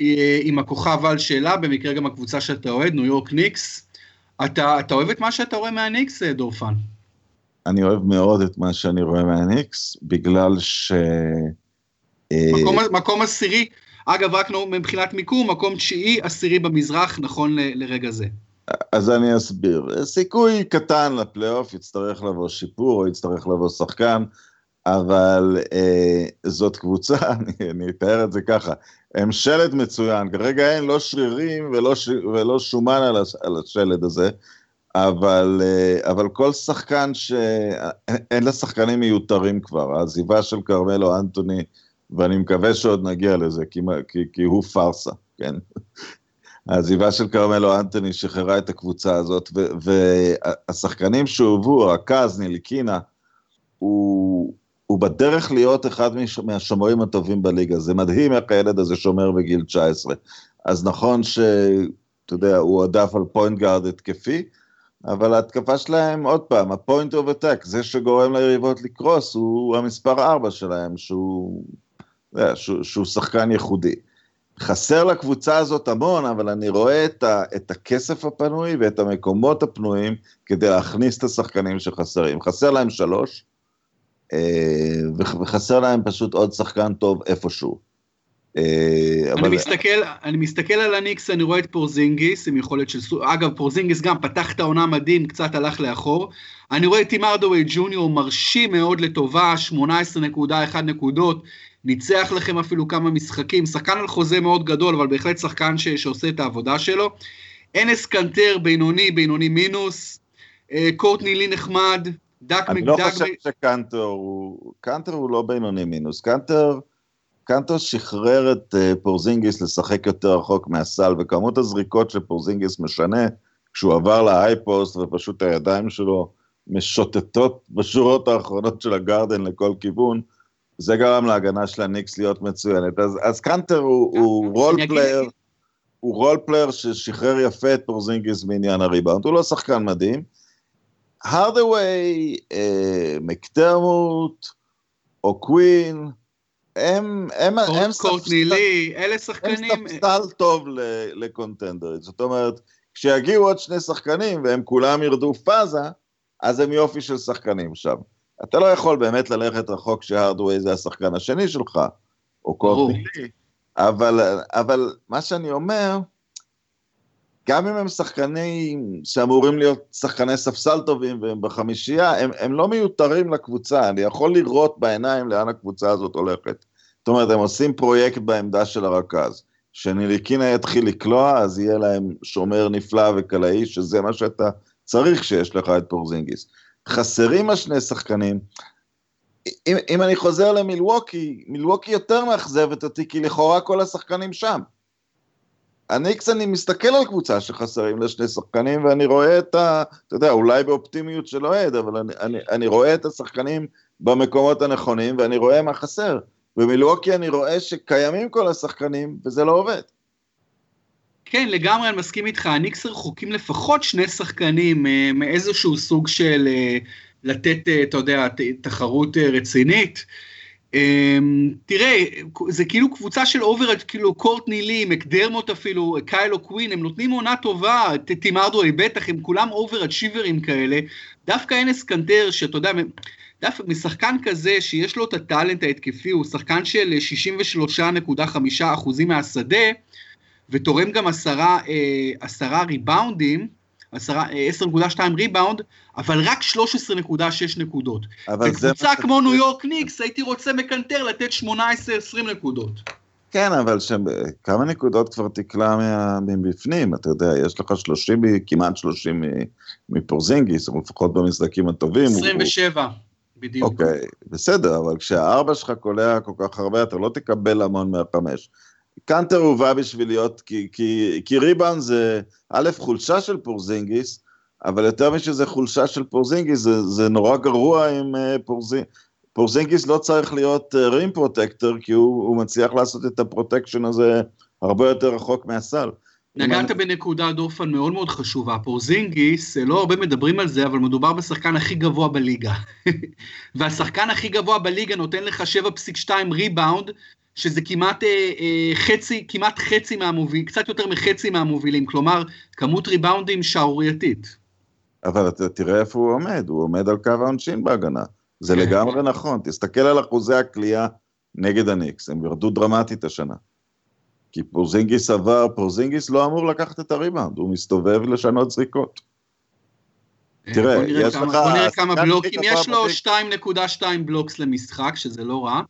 עם הכוכב על שאלה, במקרה גם הקבוצה שאתה אוהד, ניו יורק ניקס. אתה, אתה אוהב את מה שאתה רואה מהניקס, דורפן? אני אוהב מאוד את מה שאני רואה מהניקס, בגלל ש... מקום, מקום עשירי, אגב, רק מבחינת מיקום, מקום תשיעי, עשירי במזרח, נכון ל, לרגע זה. אז אני אסביר. סיכוי קטן לפלייאוף, יצטרך לבוא שיפור, או יצטרך לבוא שחקן, אבל אה, זאת קבוצה, אני, אני אתאר את זה ככה, הם שלד מצוין, כרגע אין לא שרירים ולא, ש, ולא שומן על, הש, על השלד הזה, אבל, אה, אבל כל שחקן שאין לה שחקנים מיותרים כבר, העזיבה של קרמלו אנטוני, ואני מקווה שעוד נגיע לזה, כי, כי, כי הוא פרסה, כן? העזיבה של קרמלו אנטוני שחררה את הקבוצה הזאת, ו, והשחקנים שהובאו, רכז, ניליקינה, הוא, הוא בדרך להיות אחד מהשומרים הטובים בליגה, זה מדהים איך הילד הזה שומר בגיל תשע עשרה, אז נכון שאתה יודע, הוא עדף על פוינט גארד התקפי, אבל ההתקפה שלהם, עוד פעם, הפוינט אוף אטק, זה שגורם ליריבות לקרוס, הוא המספר ארבע שלהם, שהוא, שהוא, שהוא שחקן ייחודי. חסר לקבוצה הזאת המון, אבל אני רואה את, ה, את הכסף הפנוי ואת המקומות הפנויים, כדי להכניס את השחקנים שחסרים. חסר להם שלוש, וחסר להם פשוט עוד שחקן טוב איפשהו. אני, אבל... מסתכל, אני מסתכל על הניקס, אני רואה את פורזינגיס, עם יכולת של... אגב, פורזינגיס גם פתח את העונה מדהים, קצת הלך לאחור. אני רואה את טים ארדווי ג'וניור, מרשים מאוד לטובה, שמונה עשרה נקודה אחת נקודות, ניצח לכם אפילו כמה משחקים, שחקן על חוזה מאוד גדול, אבל בהחלט שחקן ש... שעושה את העבודה שלו. אנס קנטר, בינוני, בינוני מינוס, קורטני לי נחמד, דק אני לא חושב שקנטר הוא... קנטר הוא לא בינוני מינוס, קנטר... קנטר שחרר את פורזינגיס לשחק יותר רחוק מהסל, וכמות הזריקות שפורזינגיס משנה, כשהוא עבר להייפוסט, ופשוט הידיים שלו משוטטות בשורות האחרונות של הגרדן לכל כיוון, זה גרם להגנה של הניקס להיות מצוינת. אז, אז קנטר הוא, הוא רול פלייר, הוא רול פלייר ששחרר יפה את פורזינגיס מעניין הריבאונד, הוא לא שחקן מדהים. הרדווי, אה, מקטרמוט, או קווין, הם, הם, הם קורטני לי, אלה שחקנים... הם ספסל טוב לקונטנדרית, זאת אומרת, כשיגיעו עוד שני שחקנים, והם כולם ירדו פאזה, אז הם יופי של שחקנים שם. אתה לא יכול באמת ללכת רחוק שהרדווי זה השחקן השני שלך, או קורטני לי, אבל, אבל מה שאני אומר, גם אם הם שחקנים שאמורים להיות שחקני ספסל טובים, והם בחמישייה, הם, הם לא מיותרים לקבוצה, אני יכול לראות בעיניים לאן הקבוצה הזאת הולכת. זאת אומרת, הם עושים פרויקט בעמדה של הרכז, שניליקינה יתחיל לקלוע, אז יהיה להם שומר נפלא וקלעי, שזה מה שאתה צריך שיש לך את פורזינגיס. חסרים השני שחקנים, אם, אם אני חוזר למילווקי, מילווקי יותר מאכזבת אותי, כי לכאורה כל השחקנים שם. הניקס אני מסתכל על קבוצה שחסרים לשני שחקנים, ואני רואה את ה... אתה יודע, אולי באופטימיות של אוהד, אבל אני, אני, אני רואה את השחקנים במקומות הנכונים, ואני רואה מה חסר. במילווקי אני רואה שקיימים כל השחקנים, וזה לא עובד. כן, לגמרי אני מסכים איתך, הניקס רחוקים לפחות שני שחקנים, מאיזשהו סוג של לתת, אתה יודע, תחרות רצינית. תראה, זה כאילו קבוצה של אובר, כאילו קורטני לי, מקדרמוט אפילו, קיילו קווין, הם נותנים עונה טובה, טים ארדווי בטח, הם כולם אובר אצ'יברים כאלה, דווקא אנס קנטר, שאתה יודע, דווקא משחקן כזה שיש לו את הטלנט ההתקפי, הוא שחקן של שישים ושלושה נקודה חמישה אחוזים מהשדה, ותורם גם עשרה, עשרה ריבאונדים, עשר נקודה שתיים ריבאונד, אבל רק שלוש עשרה נקודה שש נקודות. בקבוצה כמו ניו יורק ניקס, הייתי רוצה מקנטר לתת שמונה עשרה עשרים נקודות. כן, אבל כמה נקודות כבר תקלה מבפנים, אתה יודע, יש לך שלושים, כמעט שלושים מפורזינגיס, או לפחות במשחקים הטובים. עשרים ושבע, בדיוק. אוקיי, בסדר, אבל כשהארבע שלך קולע כל כך הרבה, אתה לא תקבל המון מהחמש. קנטר הובא בשביל להיות, כי, כי, כי ריבאונד זה א' חולשה של פורזינגיס, אבל יותר משזה חולשה של פורזינגיס, זה, זה נורא גרוע עם uh, פורזינגיס, פורזינגיס לא צריך להיות uh, רים פרוטקטור, כי הוא, הוא מצליח לעשות את הפרוטקשן הזה הרבה יותר רחוק מהסל. נגעת בנקודה דורפן מאוד מאוד חשובה, פורזינגיס, לא הרבה מדברים על זה, אבל מדובר בשחקן הכי גבוה בליגה, והשחקן הכי גבוה בליגה נותן לך שבע נקודה שתיים ריבאונד, שזה כמעט אה, אה, חצי, כמעט חצי מהמובילים, קצת יותר מחצי מהמובילים, כלומר, כמות ריבאונדים שערורייתית. אבל אתה תראה איפה הוא עומד, הוא עומד על קו העונשין בהגנה. זה לגמרי נכון, תסתכל על אחוזי הקליעה נגד הניקס, הם ירדו דרמטית השנה. כי פורזינגיס עבר, פורזינגיס לא אמור לקחת את הריבאונד, הוא מסתובב לשנות זריקות. תראה, יש לך... בוא נראה כמה בלוקים, יש לו שתיים נקודה שתיים בלוקס למשחק, שזה לא רע.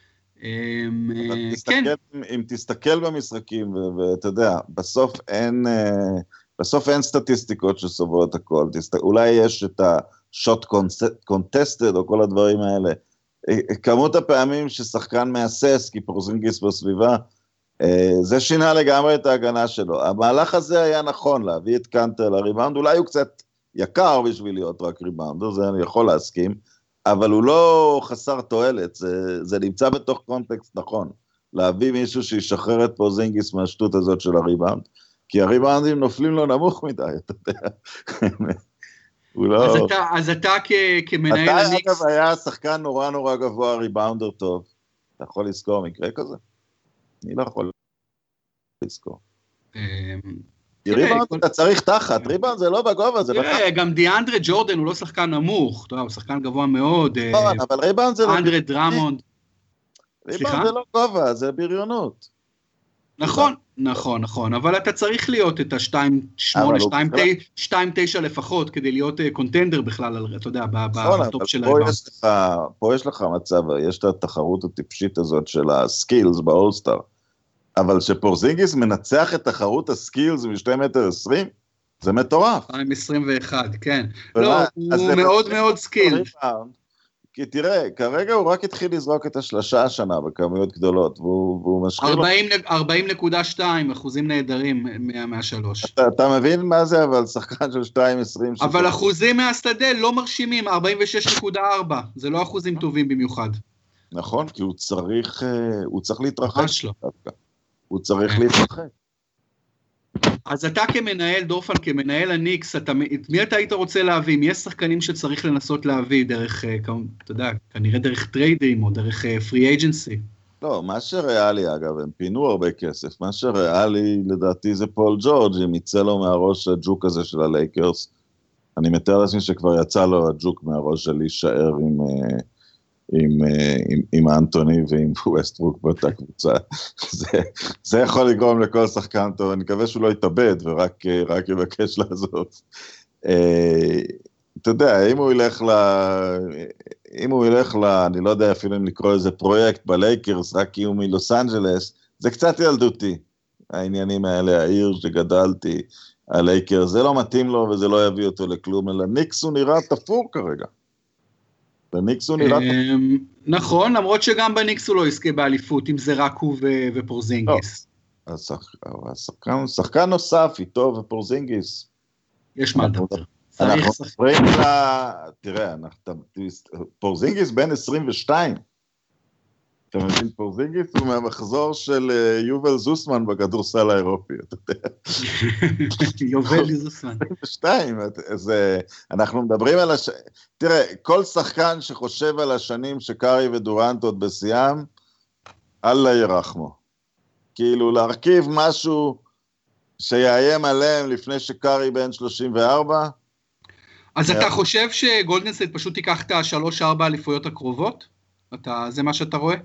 כן. אם תסתכל במשחקים, ואתה יודע, בסוף אין... בסוף אין סטטיסטיקות שסוברות הכל, אולי יש את השוט קונטסטד או כל הדברים האלה, כמות הפעמים ששחקן מאסס כי פורזינגיס בסביבה, זה שינה לגמרי את ההגנה שלו, המהלך הזה היה נכון להביא את קנטר לריבאונד, אולי הוא קצת יקר בשביל להיות רק ריבאונד, זה אני יכול להסכים, אבל הוא לא חסר תועלת, זה, זה נמצא בתוך קונטקסט נכון, להביא מישהו שישחרר את פורזינגיס מהשטות הזאת של הריבאונד, כי הריבאונדים נופלים לו נמוך מדי, אתה יודע. אז אתה, אז אתה כמנהל הניקס... אתה אגב היה שחקן נורא נורא גבוה, ריבאונדר טוב. אתה יכול לזכור מקרה כזה? אני לא יכול לזכור. ריבאונד אתה צריך תחת, ריבאונד זה לא בגובה, זה בתחת. גם דיאנדרה ג'ורדן הוא לא שחקן נמוך, הוא שחקן גבוה מאוד. אבל ריבאונד זה לא... אנדרה דרמונד. ריבאונד זה לא גובה, זה בריונות. נכון, נכון, נכון, אבל אתה צריך להיות את ה-שתיים שמונה, שתיים תשע לפחות, כדי להיות קונטנדר בכלל, אתה יודע, בטופ של הריבאונד. פה יש לך מצב, יש את התחרות הטיפשית הזאת של הסקילס באולסטאר, אבל שפורזינגיס מנצח את תחרות הסקילס מ-שתיים מטר עשרים, זה מטורף. שתיים עשרים ואחת, כן. לא, הוא מאוד מאוד סקיל. כי תראה, כרגע הוא רק התחיל לזרוק את השלושה השנה בכמויות גדולות, והוא משחיל... ארבעים נקודה שתיים, אחוזים נהדרים מהשלוש. אתה, אתה מבין מה זה, אבל שחקן של שתיים עשרים... אבל אחוזים מהשדה לא מרשימים, ארבעים ושש נקודה ארבע, זה לא אחוזים טובים במיוחד. נכון, כי הוא צריך, הוא צריך להתרחק. ממש לא. הוא צריך להתרחק. אז אתה כמנהל, דורפן, כמנהל הניקס, אתה, את מי אתה היית רוצה להביא? מי יש שחקנים שצריך לנסות להביא דרך, אתה יודע, כנראה דרך טריידים או דרך פרי אייג'נסי? לא, מה שריאלי אגב, הם פינו הרבה כסף, מה שריאלי לדעתי זה פול ג'ורג', אם יצא לו מהראש הג'וק הזה של הלייקרס, אני מתאר לעצמי שכבר יצא לו הג'וק מהראש של להישאר עם... עם, עם, עם האנטוני ועם ווסטברוק באותה קבוצה. זה, זה יכול לגרום לכל שחקן טוב, אני מקווה שהוא לא יתאבד ורק רק יבקש לעזוב. אתה יודע, אם הוא ילך ל... אם הוא ילך ל... אני לא יודע אפילו אם לקרוא איזה פרויקט בלייקרס, רק כי הוא מלוס אנג'לס, זה קצת ילדותי, העניינים האלה, העיר שגדלתי, הלייקרס, זה לא מתאים לו וזה לא יביא אותו לכלום, אלא ניקס הוא נראה תפור כרגע. בניקס הוא נראה... נכון, למרות שגם בניקס הוא לא יזכה באליפות, אם זה רק הוא ופורזינגיס. שחקן נוסף, איתו ופורזינגיס. יש מה לדבר. אנחנו מדברים ל... תראה, פורזינגיס בין עשרים ושתיים. אתה מבין, פורזינגיס הוא מהמחזור של יובל זוסמן בכדורסל האירופי, אתה יודע. יובל זוסמן. עשרים ושתיים, אנחנו מדברים על הש... תראה, כל שחקן שחושב על השנים שקארי ודורנט עוד בשיאם, אללה ירחמו. כאילו, להרכיב משהו שיאיים עליהם לפני שקארי בן שלושים וארבע. אז אתה חושב שגולדן סטייט פשוט תיקח את השלוש ארבע אליפויות הקרובות? זה מה שאתה רואה?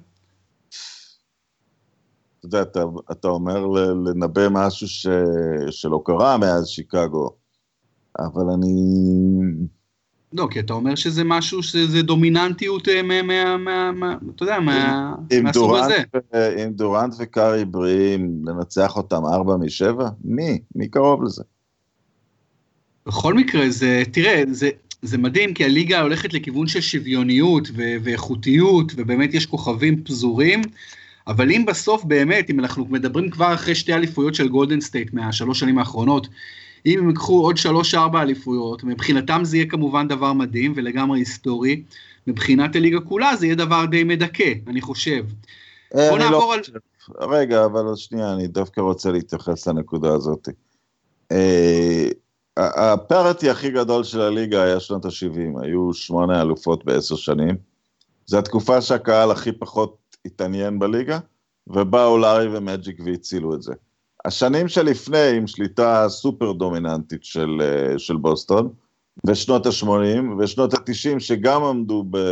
אתה יודע, אתה, אתה אומר לנבא משהו ש, שלא קרה מאז שיקגו, אבל אני... לא, כי אתה אומר שזה משהו, שזה דומיננטיות מה, מה, מה, מה, אתה יודע, מה, מהסוג הזה. עם דורנט וקארי בריאים, לנצח אותם ארבע משבע? מי? מי קרוב לזה? בכל מקרה, זה, תראה, זה... זה מדהים, כי הליגה הולכת לכיוון של שוויוניות ו- ואיכותיות, ובאמת יש כוכבים פזורים, אבל אם בסוף באמת, אם אנחנו מדברים כבר אחרי שתי אליפויות של גולדן סטייט מהשלוש שנים האחרונות, אם הם יקחו עוד שלוש ארבע אליפויות, מבחינתם זה יהיה כמובן דבר מדהים ולגמרי היסטורי, מבחינת הליגה כולה זה יהיה דבר די מדכא, אני חושב. בוא נעבור על... רגע, אבל שנייה, אני דווקא רוצה להתייחס לנקודה הזאת. אה... הפרטי הכי גדול של הליגה היה שנות ה-שבעים, היו שמונה אלופות בעשר שנים, זו התקופה שהקהל הכי פחות התעניין בליגה, ובאו לארי ומג'יק והצילו את זה. השנים שלפני, עם שליטה סופר דומיננטית של, של בוסטון, ושנות ה-שמונים, ושנות ה-תשעים, שגם עמדו ב...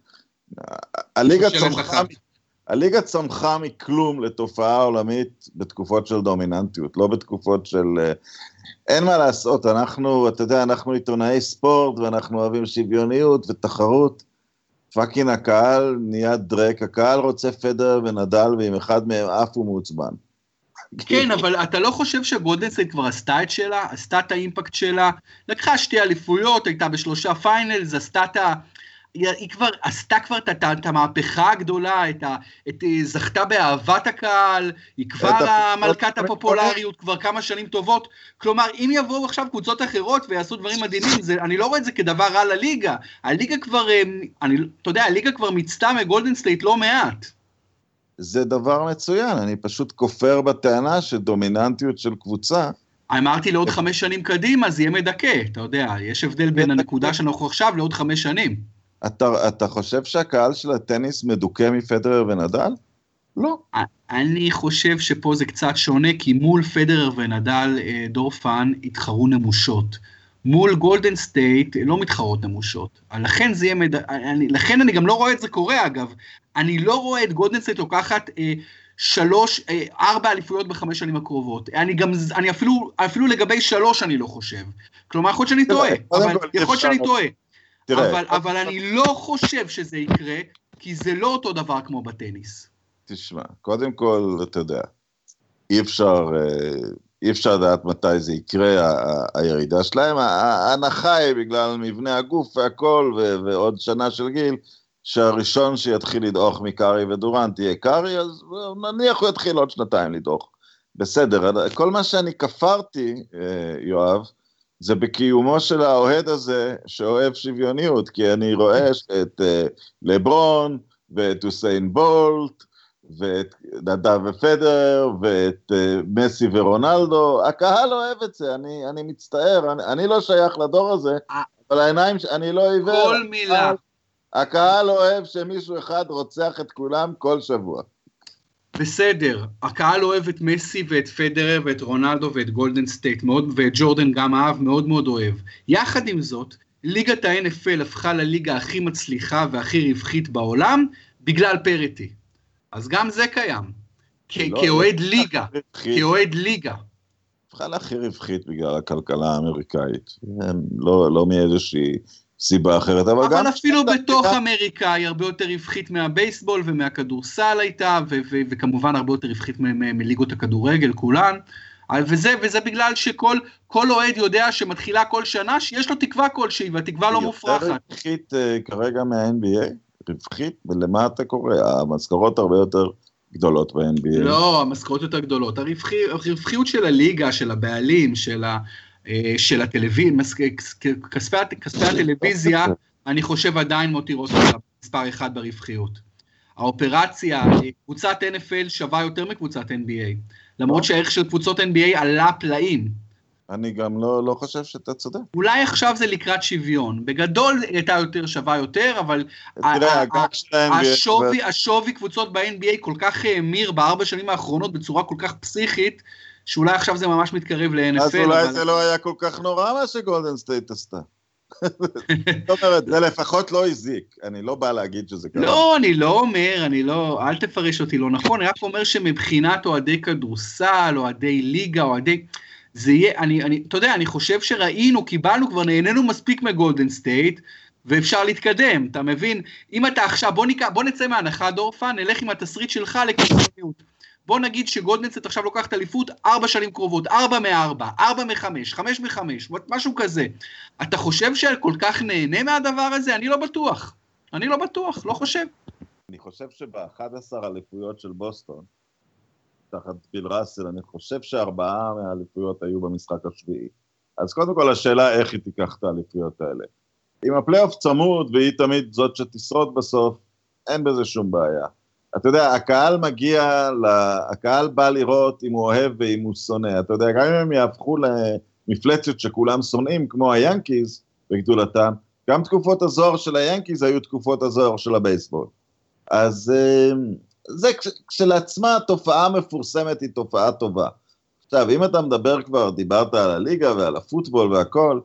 הליגה צמחה, הליגה צמחה מכלום לתופעה עולמית בתקופות של דומיננטיות, לא בתקופות של... אין מה לעשות, אנחנו, אתה יודע, אנחנו עיתונאי ספורט, ואנחנו אוהבים שוויוניות ותחרות, פאקינג הקהל נהיה דרק, הקהל רוצה פדר ונדל, ועם אחד מהם אף הוא מעוצבן. כן, אבל אתה לא חושב שגולדן סטייט כבר עשתה את שלה, עשתה את האימפקט שלה, לקחה שתי אליפויות, הייתה בשלושה פיינלס, עשתה את ה... היא כבר עשתה כבר את, את המהפכה הגדולה, את ה, את, זכתה באהבת הקהל, היא כבר מלכת הפופולריות כבר כמה שנים טובות, כלומר אם יבואו עכשיו קבוצות אחרות ויעשו דברים מדהימים, זה, אני לא רואה את זה כדבר רע לליגה, הליגה כבר, אני, אתה יודע, הליגה כבר מצטה מגולדן סטייט לא מעט. זה דבר מצוין, אני פשוט כופר בטענה שדומיננטיות של קבוצה, אמרתי לעוד חמש שנים קדימה, זה יהיה מדכא, אתה יודע, יש הבדל בין הנקודה שאנחנו עכשיו לעוד חמש שנים. אתה, אתה חושב שהקהל של הטניס מדוכא מפדרר ונדל? לא. אני חושב שפה זה קצת שונה, כי מול פדרר ונדל דורפן התחרו נמושות. מול גולדן סטייט לא מתחרות נמושות. לכן זה יהיה מד... אני, לכן אני גם לא רואה את זה קורה, אגב. אני לא רואה את גולדן סטייט לוקחת אה, שלוש, אה, ארבע אליפויות בחמש שנים הקרובות. אני גם, אני אפילו, אפילו לגבי שלוש אני לא חושב. כלומר, יכול שאני טועה, אבל יכול שאני טועה. תראה, אבל, אבל אני לא חושב שזה יקרה, כי זה לא אותו דבר כמו בטניס. תשמע, קודם כל, אתה יודע, אי אפשר, אי אפשר לדעת מתי זה יקרה, הירידה שלהם, ההנחה היא בגלל מבנה הגוף והכל, ועוד שנה של גיל, שהראשון שיתחיל לדוח מקארי ודורנט תהיה קארי, אז נניח הוא יתחיל עוד שנתיים לדוח. בסדר, כל מה שאני כפרתי, יואב, זה בקיומו של האוהד הזה שאוהב שוויוניות, כי אני רואה את uh, לברון, ואת הוסיין בולט, ואת נדב ופדר, ואת uh, מסי ורונלדו, הקהל אוהב את זה, אני, אני מצטער, אני, אני לא שייך לדור הזה, אבל העיניים, אני לא עיוור. כל מילה. הקהל אוהב שמישהו אחד רוצח את כולם כל שבוע. בסדר, הקהל אוהב את מסי ואת פדרר ואת רונלדו ואת גולדן סטייט, מאוד, ואת ג'ורדן גם אהב, מאוד מאוד אוהב. יחד עם זאת, ליגת ה-אן אף אל הפכה לליגה הכי מצליחה והכי רווחית בעולם, בגלל פרטי. אז גם זה קיים. כאוהד ליגה, כאוהד ליגה. הפכה להכי רווחית בגלל הכלכלה האמריקאית. לא, לא מאיזושהי סיבה אחרת, אבל, אבל גם... אפילו בתוך אתה... אמריקה היא הרבה יותר רווחית מהבייסבול ומהכדורסל הייתה, ו- ו- וכמובן הרבה יותר רווחית מ- מ- מליגות הכדורגל כולן, וזה, וזה בגלל שכל כל אוהד יודע שמתחילה כל שנה, שיש לו תקווה כלשהי, והתקווה לא מופרכת. היא יותר רווחית uh, כרגע מה-אן בי איי? רווחית? ולמה אתה קורא? המשכורות הרבה יותר גדולות ב-אן בי איי. לא, המשכורות יותר גדולות. הרווחי, הרווחיות של הליגה, של הבעלים, של ה... של הטלוויזיה, כספי, כספי הטלוויזיה, אני חושב עדיין מותירות אותה מספר אחד ברווחיות. האופרציה, קבוצת אן אף אל שווה יותר מקבוצת אן בי איי, למרות שהערך של קבוצות אן בי איי עלה פלאים. אני גם לא, לא חושב שאתה צודק. אולי עכשיו זה לקראת שוויון, בגדול הייתה יותר שווה יותר, אבל תראה, הגג של ה-אן בי איי... השווי, השווי קבוצות ב-אן בי איי כל כך האמיר בארבע שנים האחרונות בצורה כל כך פסיכית, שאולי עכשיו זה ממש מתקרב ל-אן אף אל. אז אולי אבל... זה לא היה כל כך נורא מה שגולדן סטייט עשתה. זאת אומרת, זה לפחות לא הזיק, אני לא בא להגיד שזה קרה. לא, אני לא אומר, אני לא, אל תפרש אותי לא נכון, אני רק אומר שמבחינת אוהדי כדורסל, אוהדי ליגה, אוהדי, זה יהיה, אני, אני, אתה יודע, אני חושב שראינו, קיבלנו, כבר נהנינו מספיק מגולדן סטייט, ואפשר להתקדם, אתה מבין? אם אתה עכשיו, בוא, ניקע, בוא נצא מהנחה דורפן, נלך עם התסריט שלך לקצועיות. בוא נגיד שגולדן סטייט עכשיו לוקחת אליפות ארבע שנים קרובות, ארבע מארבע, ארבע מחמש, חמש מחמש, משהו כזה. אתה חושב שכל כך נהנה מהדבר הזה? אני לא בטוח. אני לא בטוח, לא חושב. אני חושב שב-אחת עשרה אליפויות של בוסטון, תחת ביל ראסל, אני חושב שארבעה מהאליפויות היו במשחק השביעי. אז קודם כל השאלה איך היא תיקח את האליפויות האלה. אם הפלייאוף צמוד והיא תמיד זאת שתשרוד בסוף, אין בזה שום בעיה. אתה יודע, הקהל מגיע, הקהל בא לראות אם הוא אוהב ואם הוא שונא. אתה יודע, גם אם הם יהפכו למפלצת שכולם שונאים, כמו היאנקיז בגדולתם, גם תקופות הזוהר של היאנקיז היו תקופות הזוהר של הבייסבול. אז זה כשלעצמה תופעה מפורסמת היא תופעה טובה. עכשיו, אם אתה מדבר כבר, דיברת על הליגה ועל הפוטבול והכל,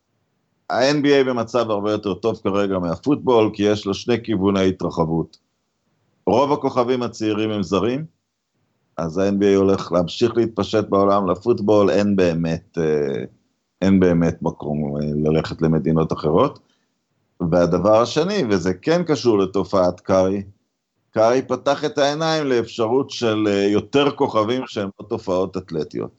ה-אן בי איי במצב הרבה יותר טוב כרגע מהפוטבול, כי יש לו שני כיווני התרחבות. רוב הכוכבים הצעירים הם זרים, אז ה-אן בי איי הולך להמשיך להתפשט בעולם, לפוטבול אין באמת, אין באמת מקום ללכת למדינות אחרות. והדבר השני, וזה כן קשור לתופעת קארי, קארי פתח את העיניים לאפשרות של יותר כוכבים שהם לא תופעות אתלטיות.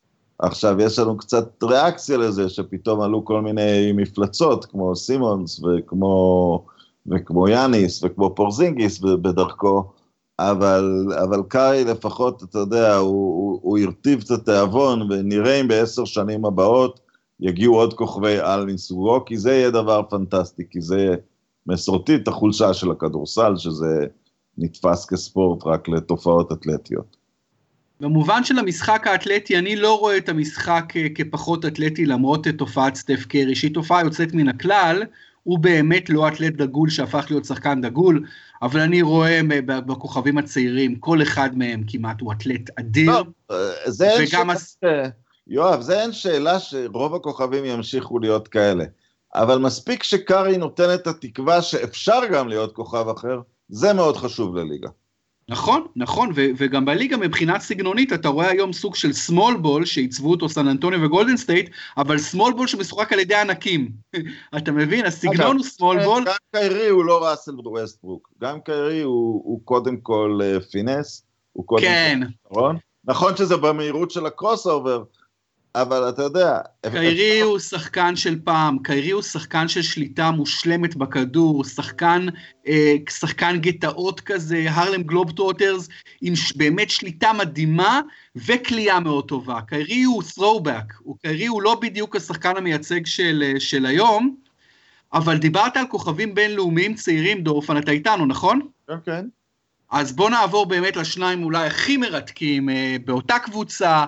עכשיו יש לנו קצת ריאקציה לזה, שפתאום עלו כל מיני מפלצות, כמו סימונס וכמו, וכמו יאניס וכמו פורזינגיס בדרכו, אבל, אבל קארי לפחות, אתה יודע, הוא, הוא, הוא הרטיב את התיאבון, ונראה אם בעשר שנים הבאות יגיעו עוד כוכבי על מסוגו, כי זה יהיה דבר פנטסטי, כי זה מסורתית החולשה של הכדורסל, שזה נתפס כספורט רק לתופעות אתלטיות. במובן של המשחק האתלטי, אני לא רואה את המשחק כפחות אתלטי, למרות את תופעת סטף קרי, שהיא תופעה יוצאת מן הכלל, הוא באמת לא אתלט דגול שהפך להיות שחקן דגול, אבל אני רואה בכוכבים הצעירים, כל אחד מהם כמעט הוא אתלט אדיר. לא, זה אין שאלה, הס... יואב, זה אין שאלה שרוב הכוכבים ימשיכו להיות כאלה, אבל מספיק שקרי נותן את התקווה שאפשר גם להיות כוכב אחר, זה מאוד חשוב לליגה. נכון, נכון, ו- וגם בליגה מבחינת סגנונית, אתה רואה היום סוג של סמול בול, שעיצבו אותו סן אנטוניו וגולדן סטייט, אבל סמול בול שמשוחק על ידי ענקים. אתה מבין? הסגנון הוא סמול בול. גם קיירי הוא לא ראסל ווסטברוק, גם קיירי הוא, הוא קודם כל פינס, הוא קודם כן. כל פתרון. נכון שזה במהירות של הקרוס אובר, אבל אתה יודע... קיירי הוא שחקן של פעם, קיירי הוא שחקן של שליטה מושלמת בכדור, שחקן, אה, שחקן גטאות כזה, הרלם גלובטרוטרס, עם באמת שליטה מדהימה וקליעה מאוד טובה. קיירי הוא throwback, הוא, קיירי הוא לא בדיוק השחקן המייצג של, של היום, אבל דיברת על כוכבים בינלאומיים צעירים, דורפן, אתה איתנו, נכון? כן, כן. אז בוא נעבור באמת לשניים אולי הכי מרתקים, אה, באותה קבוצה,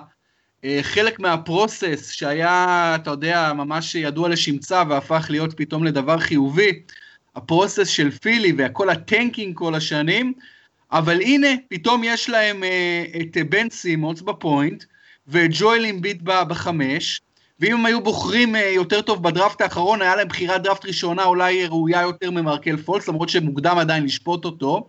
חלק מהפרוסס שהיה, אתה יודע, ממש ידוע לשמצה והפך להיות פתאום לדבר חיובי, הפרוסס של פילי והכל הטנקינג כל השנים, אבל הנה, פתאום יש להם את בן סימונס בפוינט, וג'ואל אמביד בחמש, ואם הם היו בוחרים יותר טוב בדראפט האחרון, היה להם בחירת דראפט ראשונה אולי ראויה יותר ממרקל פולץ, למרות שמוקדם עדיין לשפוט אותו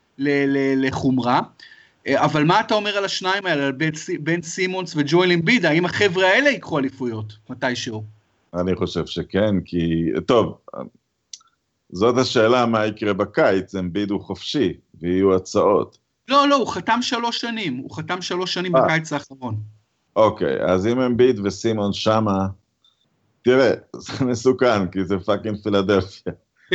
לחומרה, אבל מה אתה אומר על השניים האלה, על בן סימונס וג'ואל אמביד, האם החבר'ה האלה ייקחו אליפויות, מתישהו? אני חושב שכן, כי, טוב, זאת השאלה מה יקרה בקיץ, אמביד הוא חופשי, ויהיו הצעות. לא, לא, הוא חתם שלוש שנים, הוא חתם שלוש שנים בקיץ האחרון. אוקיי, אז אם אמביד וסימונס שמה, תראה, זה מסוכן, כי זה פאקינג פילדלפיה.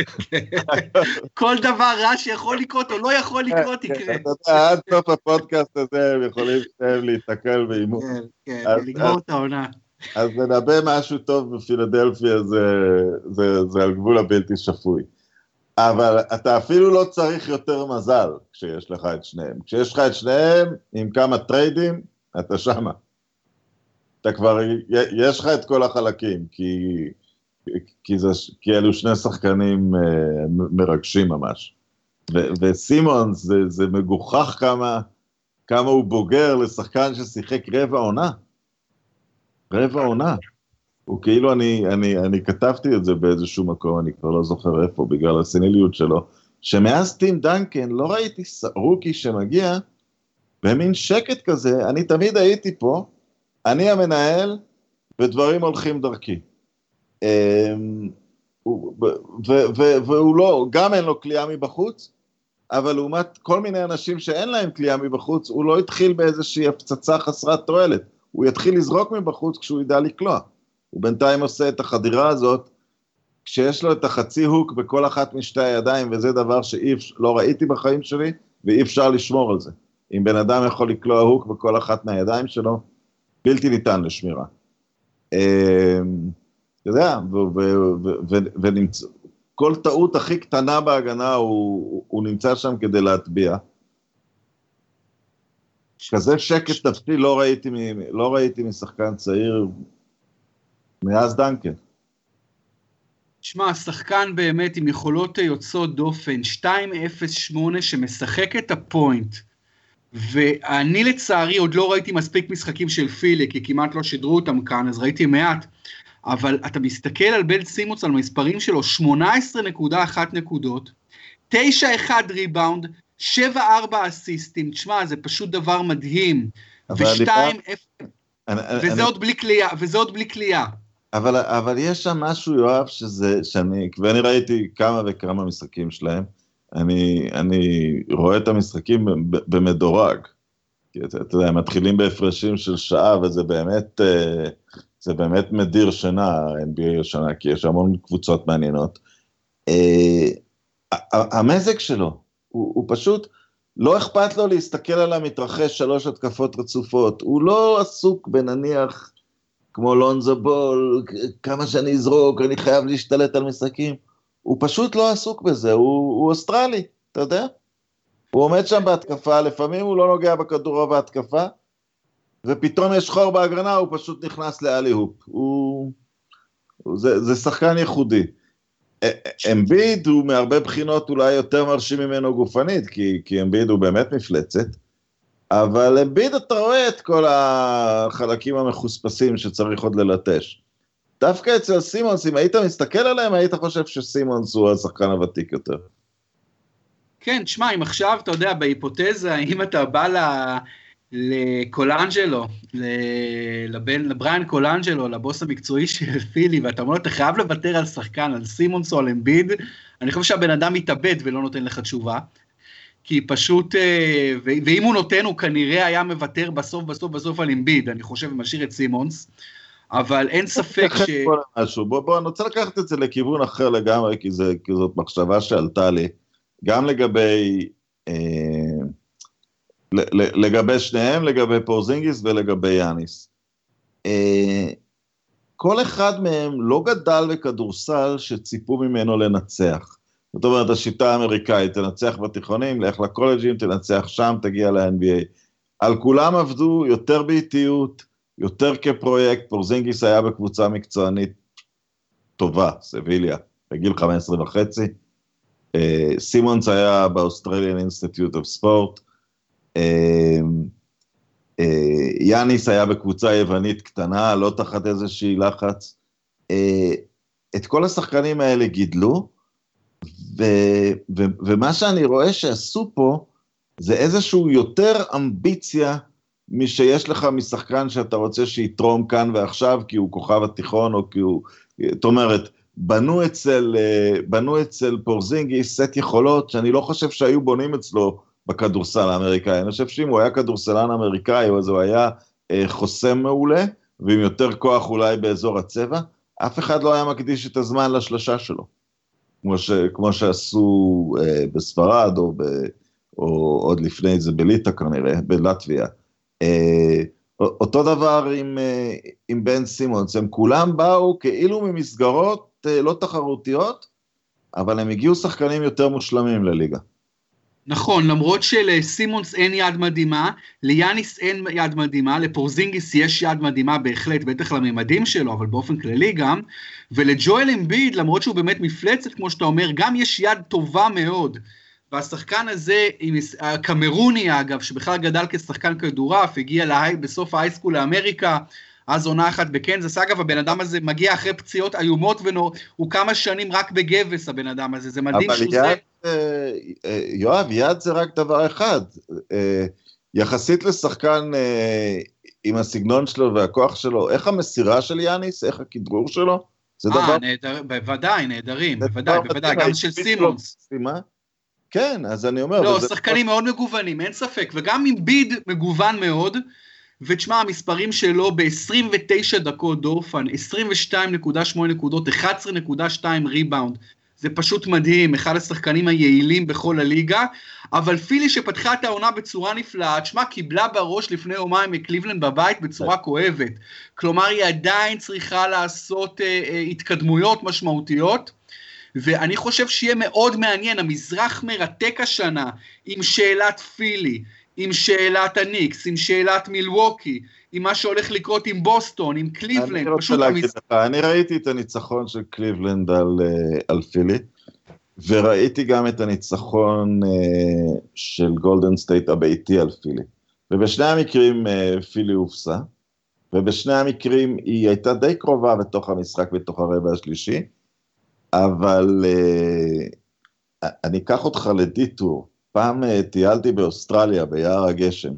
כל דבר רע שיכול לקרות או לא יכול לקרות יקרה. עד סוף הפודקאסט הזה הם יכולים להתקל ואימון. כן, לגמור את העונה. אז ננבא משהו טוב בפילדלפיה, זה על גבול הבלתי שפוי. אבל אתה אפילו לא צריך יותר מזל כשיש לך את שניהם. כשיש לך את שניהם עם כמה טריידים, אתה שמה. אתה כבר, יש לך את כל החלקים, כי... כי, זה, כי אלו שני שחקנים uh, מרגשים ממש. ו, וסימונס, זה, זה מגוחך כמה, כמה הוא בוגר לשחקן ששיחק רבע עונה. רבע עונה. הוא כאילו, אני, אני, אני כתבתי את זה באיזשהו מקום, אני כבר לא זוכר איפה, בגלל הסניליות שלו, שמאז טים דנקן לא ראיתי רוקי שמגיע, במין שקט כזה, אני תמיד הייתי פה, אני המנהל, ודברים הולכים דרכי. והוא לא, גם אין לו קליעה מבחוץ, אבל לעומת כל מיני אנשים שאין להם קליעה מבחוץ, הוא לא התחיל באיזושהי הפצצה חסרת תועלת, הוא יתחיל לזרוק מבחוץ כשהוא ידע לקלוע, הוא בינתיים עושה את החדירה הזאת, כשיש לו את החצי הוק בכל אחת משתי הידיים, וזה דבר שלא ראיתי בחיים שלי, ואי אפשר לשמור על זה. אם בן אדם יכול לקלוע הוק בכל אחת מהידיים שלו, בלתי ניתן לשמירה. אתה יודע, ונמצא, כל טעות הכי קטנה בהגנה, הוא נמצא שם כדי להטביע. כזה שקט נפשי לא ראיתי, לא ראיתי משחקן צעיר מאז דנקן. תשמע, שחקן באמת עם יכולות יוצאות דופן, שתיים אפס שמונה שמשחק את הפוינט, ואני לצערי עוד לא ראיתי מספיק משחקים של פילי, כי כמעט לא שדרו אותם כאן, אז ראיתי מעט, אבל אתה מסתכל על בן סימונס, על מספרים שלו, שמונה עשרה נקודה אחת נקודות, תשע אחד ריבאונד, שבע ארבע אסיסטים, תשמע, זה פשוט דבר מדהים, ושתיים אפס, וזה עוד בלי קליעה, וזה עוד בלי קליעה. אבל, אבל יש שם משהו, יואב, שזה, שאני, ואני ראיתי כמה וכמה משחקים שלהם, אני, אני רואה את המשחקים במדורג, כי אתה, אתה יודע, הם מתחילים בהפרשים של שעה, וזה באמת, זה באמת מדיר שינה, ה-אן בי איי השנה, כי יש המון קבוצות מעניינות. המזג שלו, הוא, הוא פשוט, לא אכפת לו להסתכל על המתרחש שלוש התקפות רצופות, הוא לא עסוק בנניח, כמו לונזו בול, כמה שאני אזרוק, אני חייב להשתלט על משחקים, הוא פשוט לא עסוק בזה, הוא, הוא אוסטרלי, אתה יודע? הוא עומד שם בהתקפה, לפעמים הוא לא נוגע בכדור בהתקפה, ופתאום יש חור בהגרנה, הוא פשוט נכנס לאלי הופ, הוא, זה, זה שחקן ייחודי. אמביד הוא מהרבה בחינות אולי יותר מרשים ממנו גופנית, כי, כי אמביד הוא באמת מפלצת, אבל אמביד אתה רואה את כל החלקים המחוספסים שצריך עוד ללטש. דווקא אצל סימונס, אם היית מסתכל עליהם, היית חושב שסימונס הוא השחקן הוותיק יותר. כן, תשמע, אם עכשיו, אתה יודע, בהיפותזה, אם אתה בא לקולנג'לו, לבן, לבריין קולנג'לו, לבוס המקצועי של פילי, ואתה אומר, אתה חייב לוותר על שחקן, על סימונס או על אמביד, אני חושב שהבן אדם מתאבד ולא נותן לך תשובה, כי פשוט, ואם הוא נותן, הוא כנראה היה מוותר בסוף, בסוף, בסוף על אמביד, אני חושב, ומשאיר את סימונס, אבל אין ספק ש... משהו. בוא, בוא, אני רוצה לקחת את זה לכיוון אחר לגמרי, כי, זה, כי זאת מחשבה שעלתה לי, גם לגבי, אה, לגבי שניהם, לגבי פורזינגיס ולגבי יאניס. אה, כל אחד מהם לא גדל בכדורסל שציפו ממנו לנצח. זאת אומרת, השיטה האמריקאית, תנצח בתיכונים, לך לקולג'ים, תנצח שם, תגיע ל-אן בי איי. על כולם עבדו יותר באיטיות, יותר כפרויקט, פורזינגיס היה בקבוצה מקצוענית טובה, סביליה, בגיל חמש עשרה וחצי, סימונס היה באוסטרליאן אינסטיטוט אוף ספורט, יאניס היה בקבוצה יוונית קטנה, לא תחת איזושהי לחץ, את כל השחקנים האלה גידלו, ו, ו, ומה שאני רואה שעשו פה, זה איזשהו יותר אמביציה, משיש לך משחקן שאתה רוצה שיתרום כאן ועכשיו, כי הוא כוכב התיכון, או כי הוא, זאת אומרת, בנו אצל, בנו אצל פורזינגיס סט יכולות, שאני לא חושב שהיו בונים אצלו בכדורסל האמריקאי, אני חושב שאם הוא היה כדורסלן אמריקאי, אז הוא היה חוסם מעולה, ועם יותר כוח אולי באזור הצבע, אף אחד לא היה מקדיש את הזמן לשלושה שלו, כמו, ש, כמו שעשו בספרד, או, ב, או עוד לפני זה בליטה כנראה, בלטביה, אותו דבר עם, עם בן סימונס, הם כולם באו כאילו ממסגרות לא תחרותיות, אבל הם הגיעו שחקנים יותר מושלמים לליגה. נכון, למרות שלסימונס אין יד מדהימה, ליאניס אין יד מדהימה, לפורזינגיס יש יד מדהימה בהחלט, בטח לממדים שלו, אבל באופן כללי גם, ולג'ואל אמביד, למרות שהוא באמת מפלצת, כמו שאתה אומר, גם יש יד טובה מאוד, והשחקן הזה, הקמרוני אגב, שבכלל גדל כשחקן כדורף, הגיע להי, בסוף ההייסקול לאמריקה, אז עונה אחת בקנזס, אגב, הבן אדם הזה מגיע אחרי פציעות איומות, והוא כמה שנים רק בגבס, הבן אדם הזה, זה מדהים שהוא זה. אבל יואב, יד זה רק דבר אחד, יחסית לשחקן עם הסגנון שלו והכוח שלו, איך המסירה של יאניס, איך הכדרור שלו, זה דבר... אה, בוודאי, נהדרים, בוודאי, בוודאי, גם של סימונס. כן, אז אני אומר... לא, שחקנים מאוד מגוונים, אין ספק, וגם עם ביד מגוון מאוד, ותשמע, המספרים שלו ב-עשרים ותשע דקות דורפן, עשרים ושתיים נקודה שמונה נקודות, אחת עשרה נקודה שתיים ריבאונד, זה פשוט מדהים, אחד השחקנים היעילים בכל הליגה, אבל פילי שפתחה את העונה בצורה נפלאה, תשמע, קיבלה בראש לפני יומיים מקליבלנד בבית בצורה כואבת, כלומר היא עדיין צריכה לעשות אה, אה, התקדמויות משמעותיות, ואני חושב שיהיה מאוד מעניין, המזרח מרתק השנה, עם שאלת פילי, עם שאלת הניקס, עם שאלת מילווקי, עם מה שהולך לקרות עם בוסטון, עם קליבלנד. אני רוצה להגיד לך, אני ראיתי את הניצחון של קליבלנד על, על פילי, וראיתי גם את הניצחון של גולדן סטייט הביתי על פילי, ובשני המקרים פילי הופסה, ובשני המקרים היא הייתה די קרובה בתוך המשחק, בתוך הרבע השלישי, אבל אני אקח אותך לדיטור, פעם טיילתי באוסטרליה, ביער הגשם,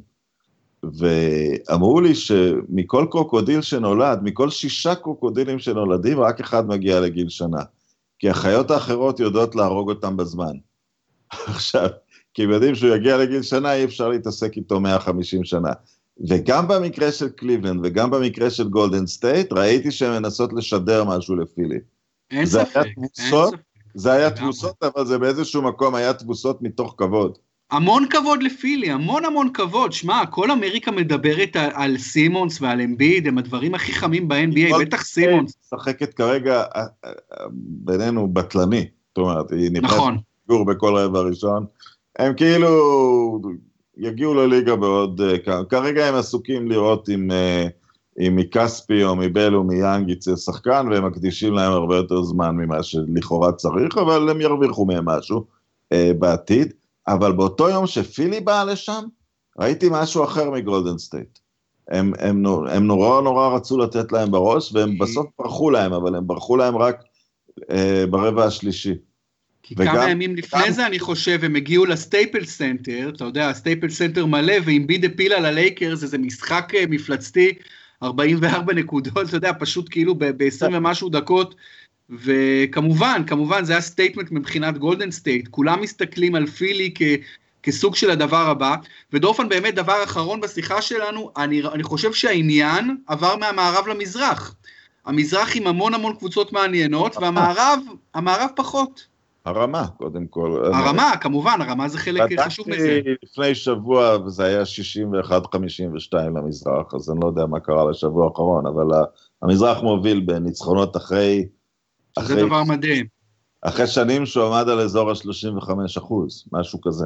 ואמרו לי שמכל קרוקודיל שנולד, מכל שישה קרוקודילים שנולדים, רק אחד מגיע לגיל שנה, כי החיות האחרות יודעות להרוג אותם בזמן. עכשיו, כי הם יודעים שהוא יגיע לגיל שנה, אי אפשר להתעסק איתו מאה וחמישים שנה. וגם במקרה של קליבלנד, וגם במקרה של גולדן סטייט, ראיתי שהן מנסות לשדר משהו לפילי. אין ספק, אין ספק. זה היה תבוסות, אבל זה באיזשהו מקום היה תבוסות מתוך כבוד. המון כבוד לפילי, המון המון כבוד. שמע, כל אמריקה מדברת על, על סימונס ועל אמביד, הם הדברים הכי חמים ב-אן בי איי, בטח סימונס. משחקת כרגע בינינו בטלני, זאת אומרת, היא נכון. נכנסת גור בכל רבע הראשון, הם כאילו יגיעו לליגה בעוד, כרגע הם עסוקים לראות אם, אם מקספי או מבל או מיאנג יצא שחקן, והם מקדישים להם הרבה יותר זמן ממה שלכאורה צריך, אבל הם ירוויחו מהם משהו בעתיד. אבל באותו יום שפילי באה לשם, ראיתי משהו אחר מגולדן סטייט. הם, הם, הם נורא נורא רצו לתת להם בראש, והם בסוף ברחו להם, אבל הם ברחו להם רק אה, ברבע השלישי. כי וגם, כמה ימים לפני גם... זה, אני חושב, הם הגיעו לסטייפל סנטר, אתה יודע, הסטייפל סנטר מלא, ועם ביד הפיל על הלייקרס, איזה משחק מפלצתי, ארבעים וארבע נקודות, אתה יודע, פשוט כאילו ב-עשרים ומשהו דקות, וכמובן, כמובן, זה היה סטייטמנט מבחינת גולדן סטייט, כולם מסתכלים על פילי כ, כסוג של הדבר הבא, ודורפן באמת דבר אחרון בשיחה שלנו, אני, אני חושב שהעניין עבר מהמערב למזרח, המזרח עם המון המון קבוצות מעניינות, והמערב, המערב פחות. הרמה, קודם כל. הרמה, כמובן, הרמה זה חלק חשוב מזה. לפני שבוע, וזה היה שישים ואחת חמישים ושתיים למזרח, אז אני לא יודע מה קרה לשבוע האחרון, אבל המזרח מוביל בניצחונות אחרי, זה אחרי, דבר מדהים. אחרי שנים שהוא עמד על אזור ה-שלושים וחמישה אחוז, משהו כזה.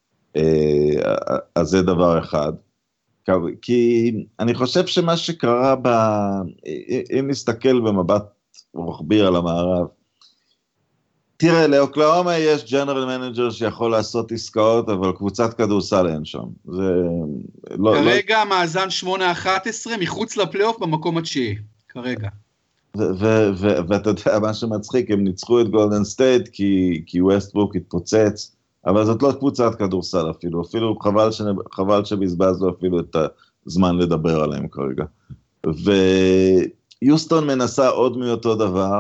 אז זה דבר אחד. כי אני חושב שמה שקרה, ב... אם נסתכל במבט רוחבי על המערב, תראה, לאוקלאומה יש ג'נרל מנג'ר שיכול לעשות עסקאות, אבל קבוצת כדורסל אין שם. זה... כרגע לא... מאזן שמונה אחת עשרה מחוץ לפלייאוף במקום התשיעי, כרגע. ואתה יודע, מה שמצחיק, הם ניצחו את גולדן סטייט, כי, כי ווסטברוק התפוצץ, אבל זאת לא קבוצת כדורסל אפילו, אפילו חבל, ש... חבל שבזבזו אפילו את הזמן לדבר עליהם כרגע. ויוסטון מנסה עוד מאותו דבר,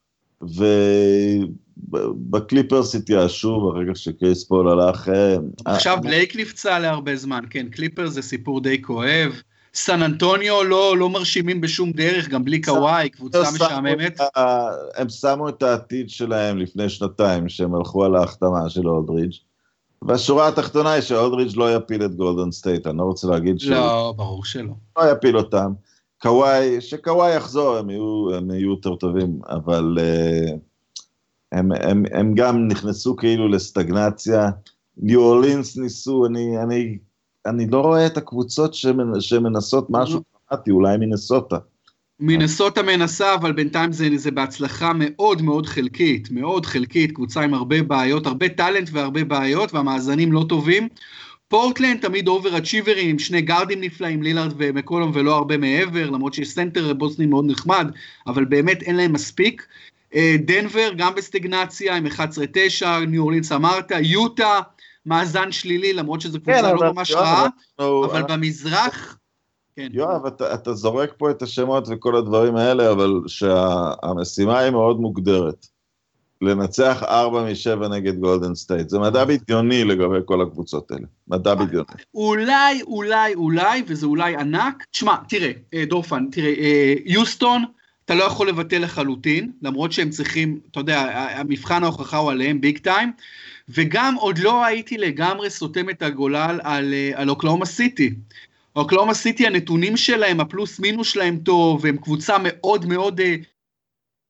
ובקליפרס התייאשו ברגע שקריס פול הלך. עכשיו בלייק נפצע להרבה זמן, כן, קליפרס זה סיפור די כואב, סן אנטוניו לא, לא מרשימים בשום דרך, גם בלי קוואי, קבוצה משעממת. הם שמו את העתיד שלהם לפני שנתיים, שהם הלכו על ההחתמה של אולדריץ', והשורה התחתונה היא שאולדריץ' לא יפיל את גולדן סטייט, אני לא רוצה להגיד ש... לא, ברור שלא. לא יפיל אותם. קוואי, שקוואי יחזור, הם יהיו, הם יהיו יותר טובים, אבל uh, הם, הם, הם גם נכנסו כאילו לסטגנציה, ניו אורלינס ניסו, אני, אני, אני לא רואה את הקבוצות שמנ, שמנסות משהו, אולי מינסוטה. מינסוטה מנסה, אבל בינתיים זה, זה בהצלחה מאוד מאוד חלקית, מאוד חלקית, קבוצה עם הרבה בעיות, הרבה טלנט והרבה בעיות, והמאזנים לא טובים. פורטלנד תמיד אובר-אצ'יברים, עם שני גארדים נפלאים, לילארד ומקולום, ולא הרבה מעבר, למרות שיש סנטר בוסטוני מאוד נחמד, אבל באמת אין להם מספיק. דנבר, גם בסטגנציה, עם אחת עשרה תשע, ניו אורלינס אמרת, יוטה, מאזן שלילי, למרות שזו קבוצה כן, לא ממש רעה, אבל אבל במזרח... כן. יואב, אתה, אתה זורק פה את השמות וכל הדברים האלה, אבל שהמשימה היא מאוד מוגדרת. לנצח ארבע משבע נגד גולדן סטייט. זה מדע בדיוני לגבי כל הקבוצות האלה. מדע בדיוני. אולי, אולי, אולי, וזה אולי ענק. תשמע, תראה, דורפן, תראה, יוסטון, אתה לא יכול לבטל לחלוטין, למרות שהם צריכים, אתה יודע, המבחן ההוכחה הוא עליהם ביג טיים, וגם עוד לא הייתי לגמרי סותם את הגולל על, על אוקלאומה סיטי. אוקלאומה סיטי, הנתונים שלהם, הפלוס מינוס שלהם טוב, והם קבוצה מאוד מאוד...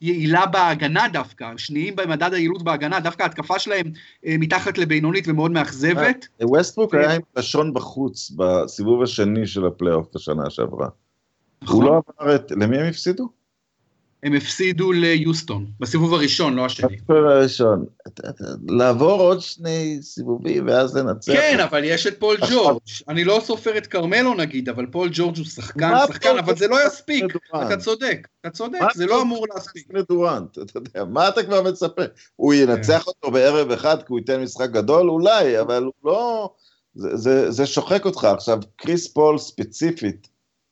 יעילה בהגנה דווקא, שניים במדד היעילות בהגנה, דווקא ההתקפה שלהם מתחת לבינונית ומאוד מאכזבת. ווסטברוק היה עם לשון בחוץ בסיבוב השני של הפלייאוף בשנה שעברה. הוא לא עבר את... למי הם הפסידו? הם הפסידו ליוסטון, בסיבוב הראשון, לא השני. בסיבוב הראשון. לעבור עוד שני סיבובים ואז לנצח. כן, אבל יש את פול ג'ורג'. אני לא סופר את קרמלו נגיד, אבל פול ג'ורג' הוא שחקן, שחקן, אבל זה לא יספיק. אתה צודק, אתה צודק, זה לא אמור להספיק. אתה יודע, מה אתה כבר מצפה? הוא ינצח אותו בערב אחד, כי הוא ייתן משחק גדול, אולי, אבל הוא לא... זה שוחק אותך. עכשיו, קריס פול ספציפית,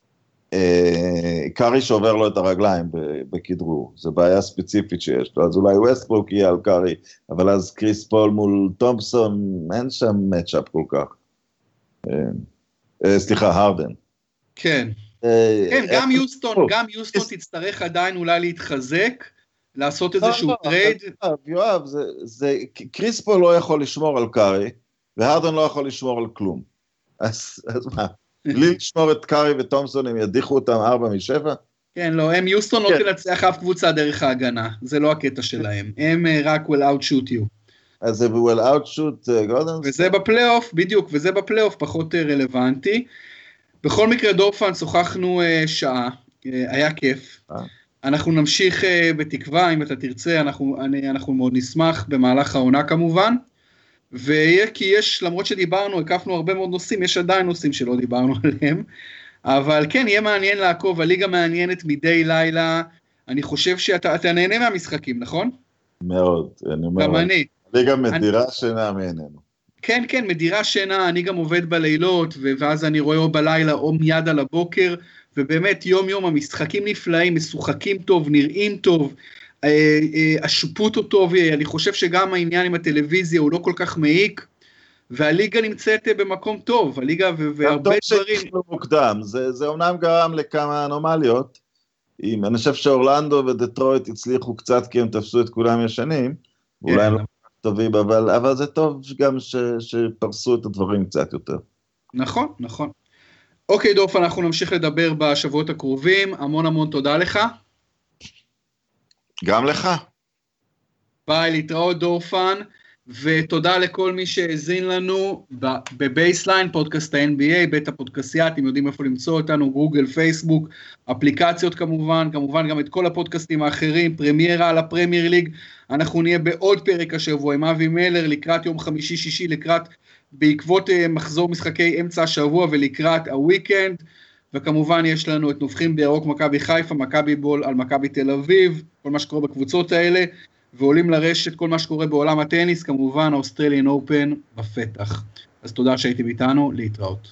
קארי שעובר לו את הרגליים בכדרור, זו בעיה ספציפית שיש לו, אז אולי ווסטברוק יהיה על קארי, אבל אז קריס פול מול תומפסון, אין שם מצ'אפ כל כך. סליחה, הרדן. כן, כן, גם יוסטון, גם יוסטון תצטרך עדיין אולי להתחזק, לעשות איזשהו טרייד. יואב, קריס פול לא יכול לשמור על קארי, והרדן לא יכול לשמור על כלום. אז מה? בלי לשמור את קארי וטומפסון, הם ידיחו אותם ארבע משבע? כן, לא, הם יוסטון לא תנצח אף קבוצה דרך ההגנה, זה לא הקטע שלהם, הם רק will outshoot you. אז זה will outshoot גולדן? וזה בפלייאוף, בדיוק, וזה בפלייאוף פחות רלוונטי. בכל מקרה, דורפן, שוחחנו שעה, היה כיף. אנחנו נמשיך בתקווה, אם אתה תרצה, אנחנו, אני, אנחנו מאוד נשמח במהלך העונה כמובן. ויהיה כי יש, למרות שדיברנו, הקפנו הרבה מאוד נושאים, יש עדיין נושאים שלא דיברנו עליהם, אבל כן, יהיה מעניין לעקוב, הליגה מעניינת מדי לילה, אני חושב שאתה אתה נהנה מהמשחקים, נכון? מאוד, אני אומר, גם אני. הליגה מדירה אני... שינה מעינינו. כן, כן, מדירה שינה, אני גם עובד בלילות, ואז אני רואה או בלילה או מיד על הבוקר, ובאמת יום יום המשחקים נפלאים, משוחקים טוב, נראים טוב, השיפוט הוא טוב, אני חושב שגם העניין עם הטלוויזיה הוא לא כל כך מעיק, והליגה נמצאת במקום טוב, הליגה והרבה דברים. מוקדם, זה, זה אומנם גרם לכמה אנומליות, אם, אני חושב שאורלנדו ודטרויט הצליחו קצת כי הם תפסו את כולם ישנים, אולי הם לא טובים, אבל, אבל זה טוב גם ש, שפרסו את הדברים קצת יותר. נכון, נכון. אוקיי דורף, אנחנו נמשיך לדבר בשבועות הקרובים, המון המון תודה לך. גם לך. ביי, להתראות דורפן, ותודה לכל מי שהזין לנו בבייסליין, פודקאסט ה-אן בי איי, בית הפודקאסיה, אתם יודעים איפה למצוא אותנו, גוגל, פייסבוק, אפליקציות כמובן, כמובן גם את כל הפודקאסטים האחרים, פרמיירה על הפרמייר ליג, אנחנו נהיה בעוד פרק השבוע עם אבי מלר, לקראת יום חמישי שישי, לקראת, בעקבות מחזור משחקי אמצע השבוע ולקראת הוויקנד, וכמובן יש לנו את נובחים בירוק מכבי חיפה, מכבי בול על מכבי תל אביב, כל מה שקורה בקבוצות האלה, ועולים לרשת כל מה שקורה בעולם הטניס, כמובן האוסטרליאן אופן בפתח. אז תודה שהייתם איתנו, להתראות.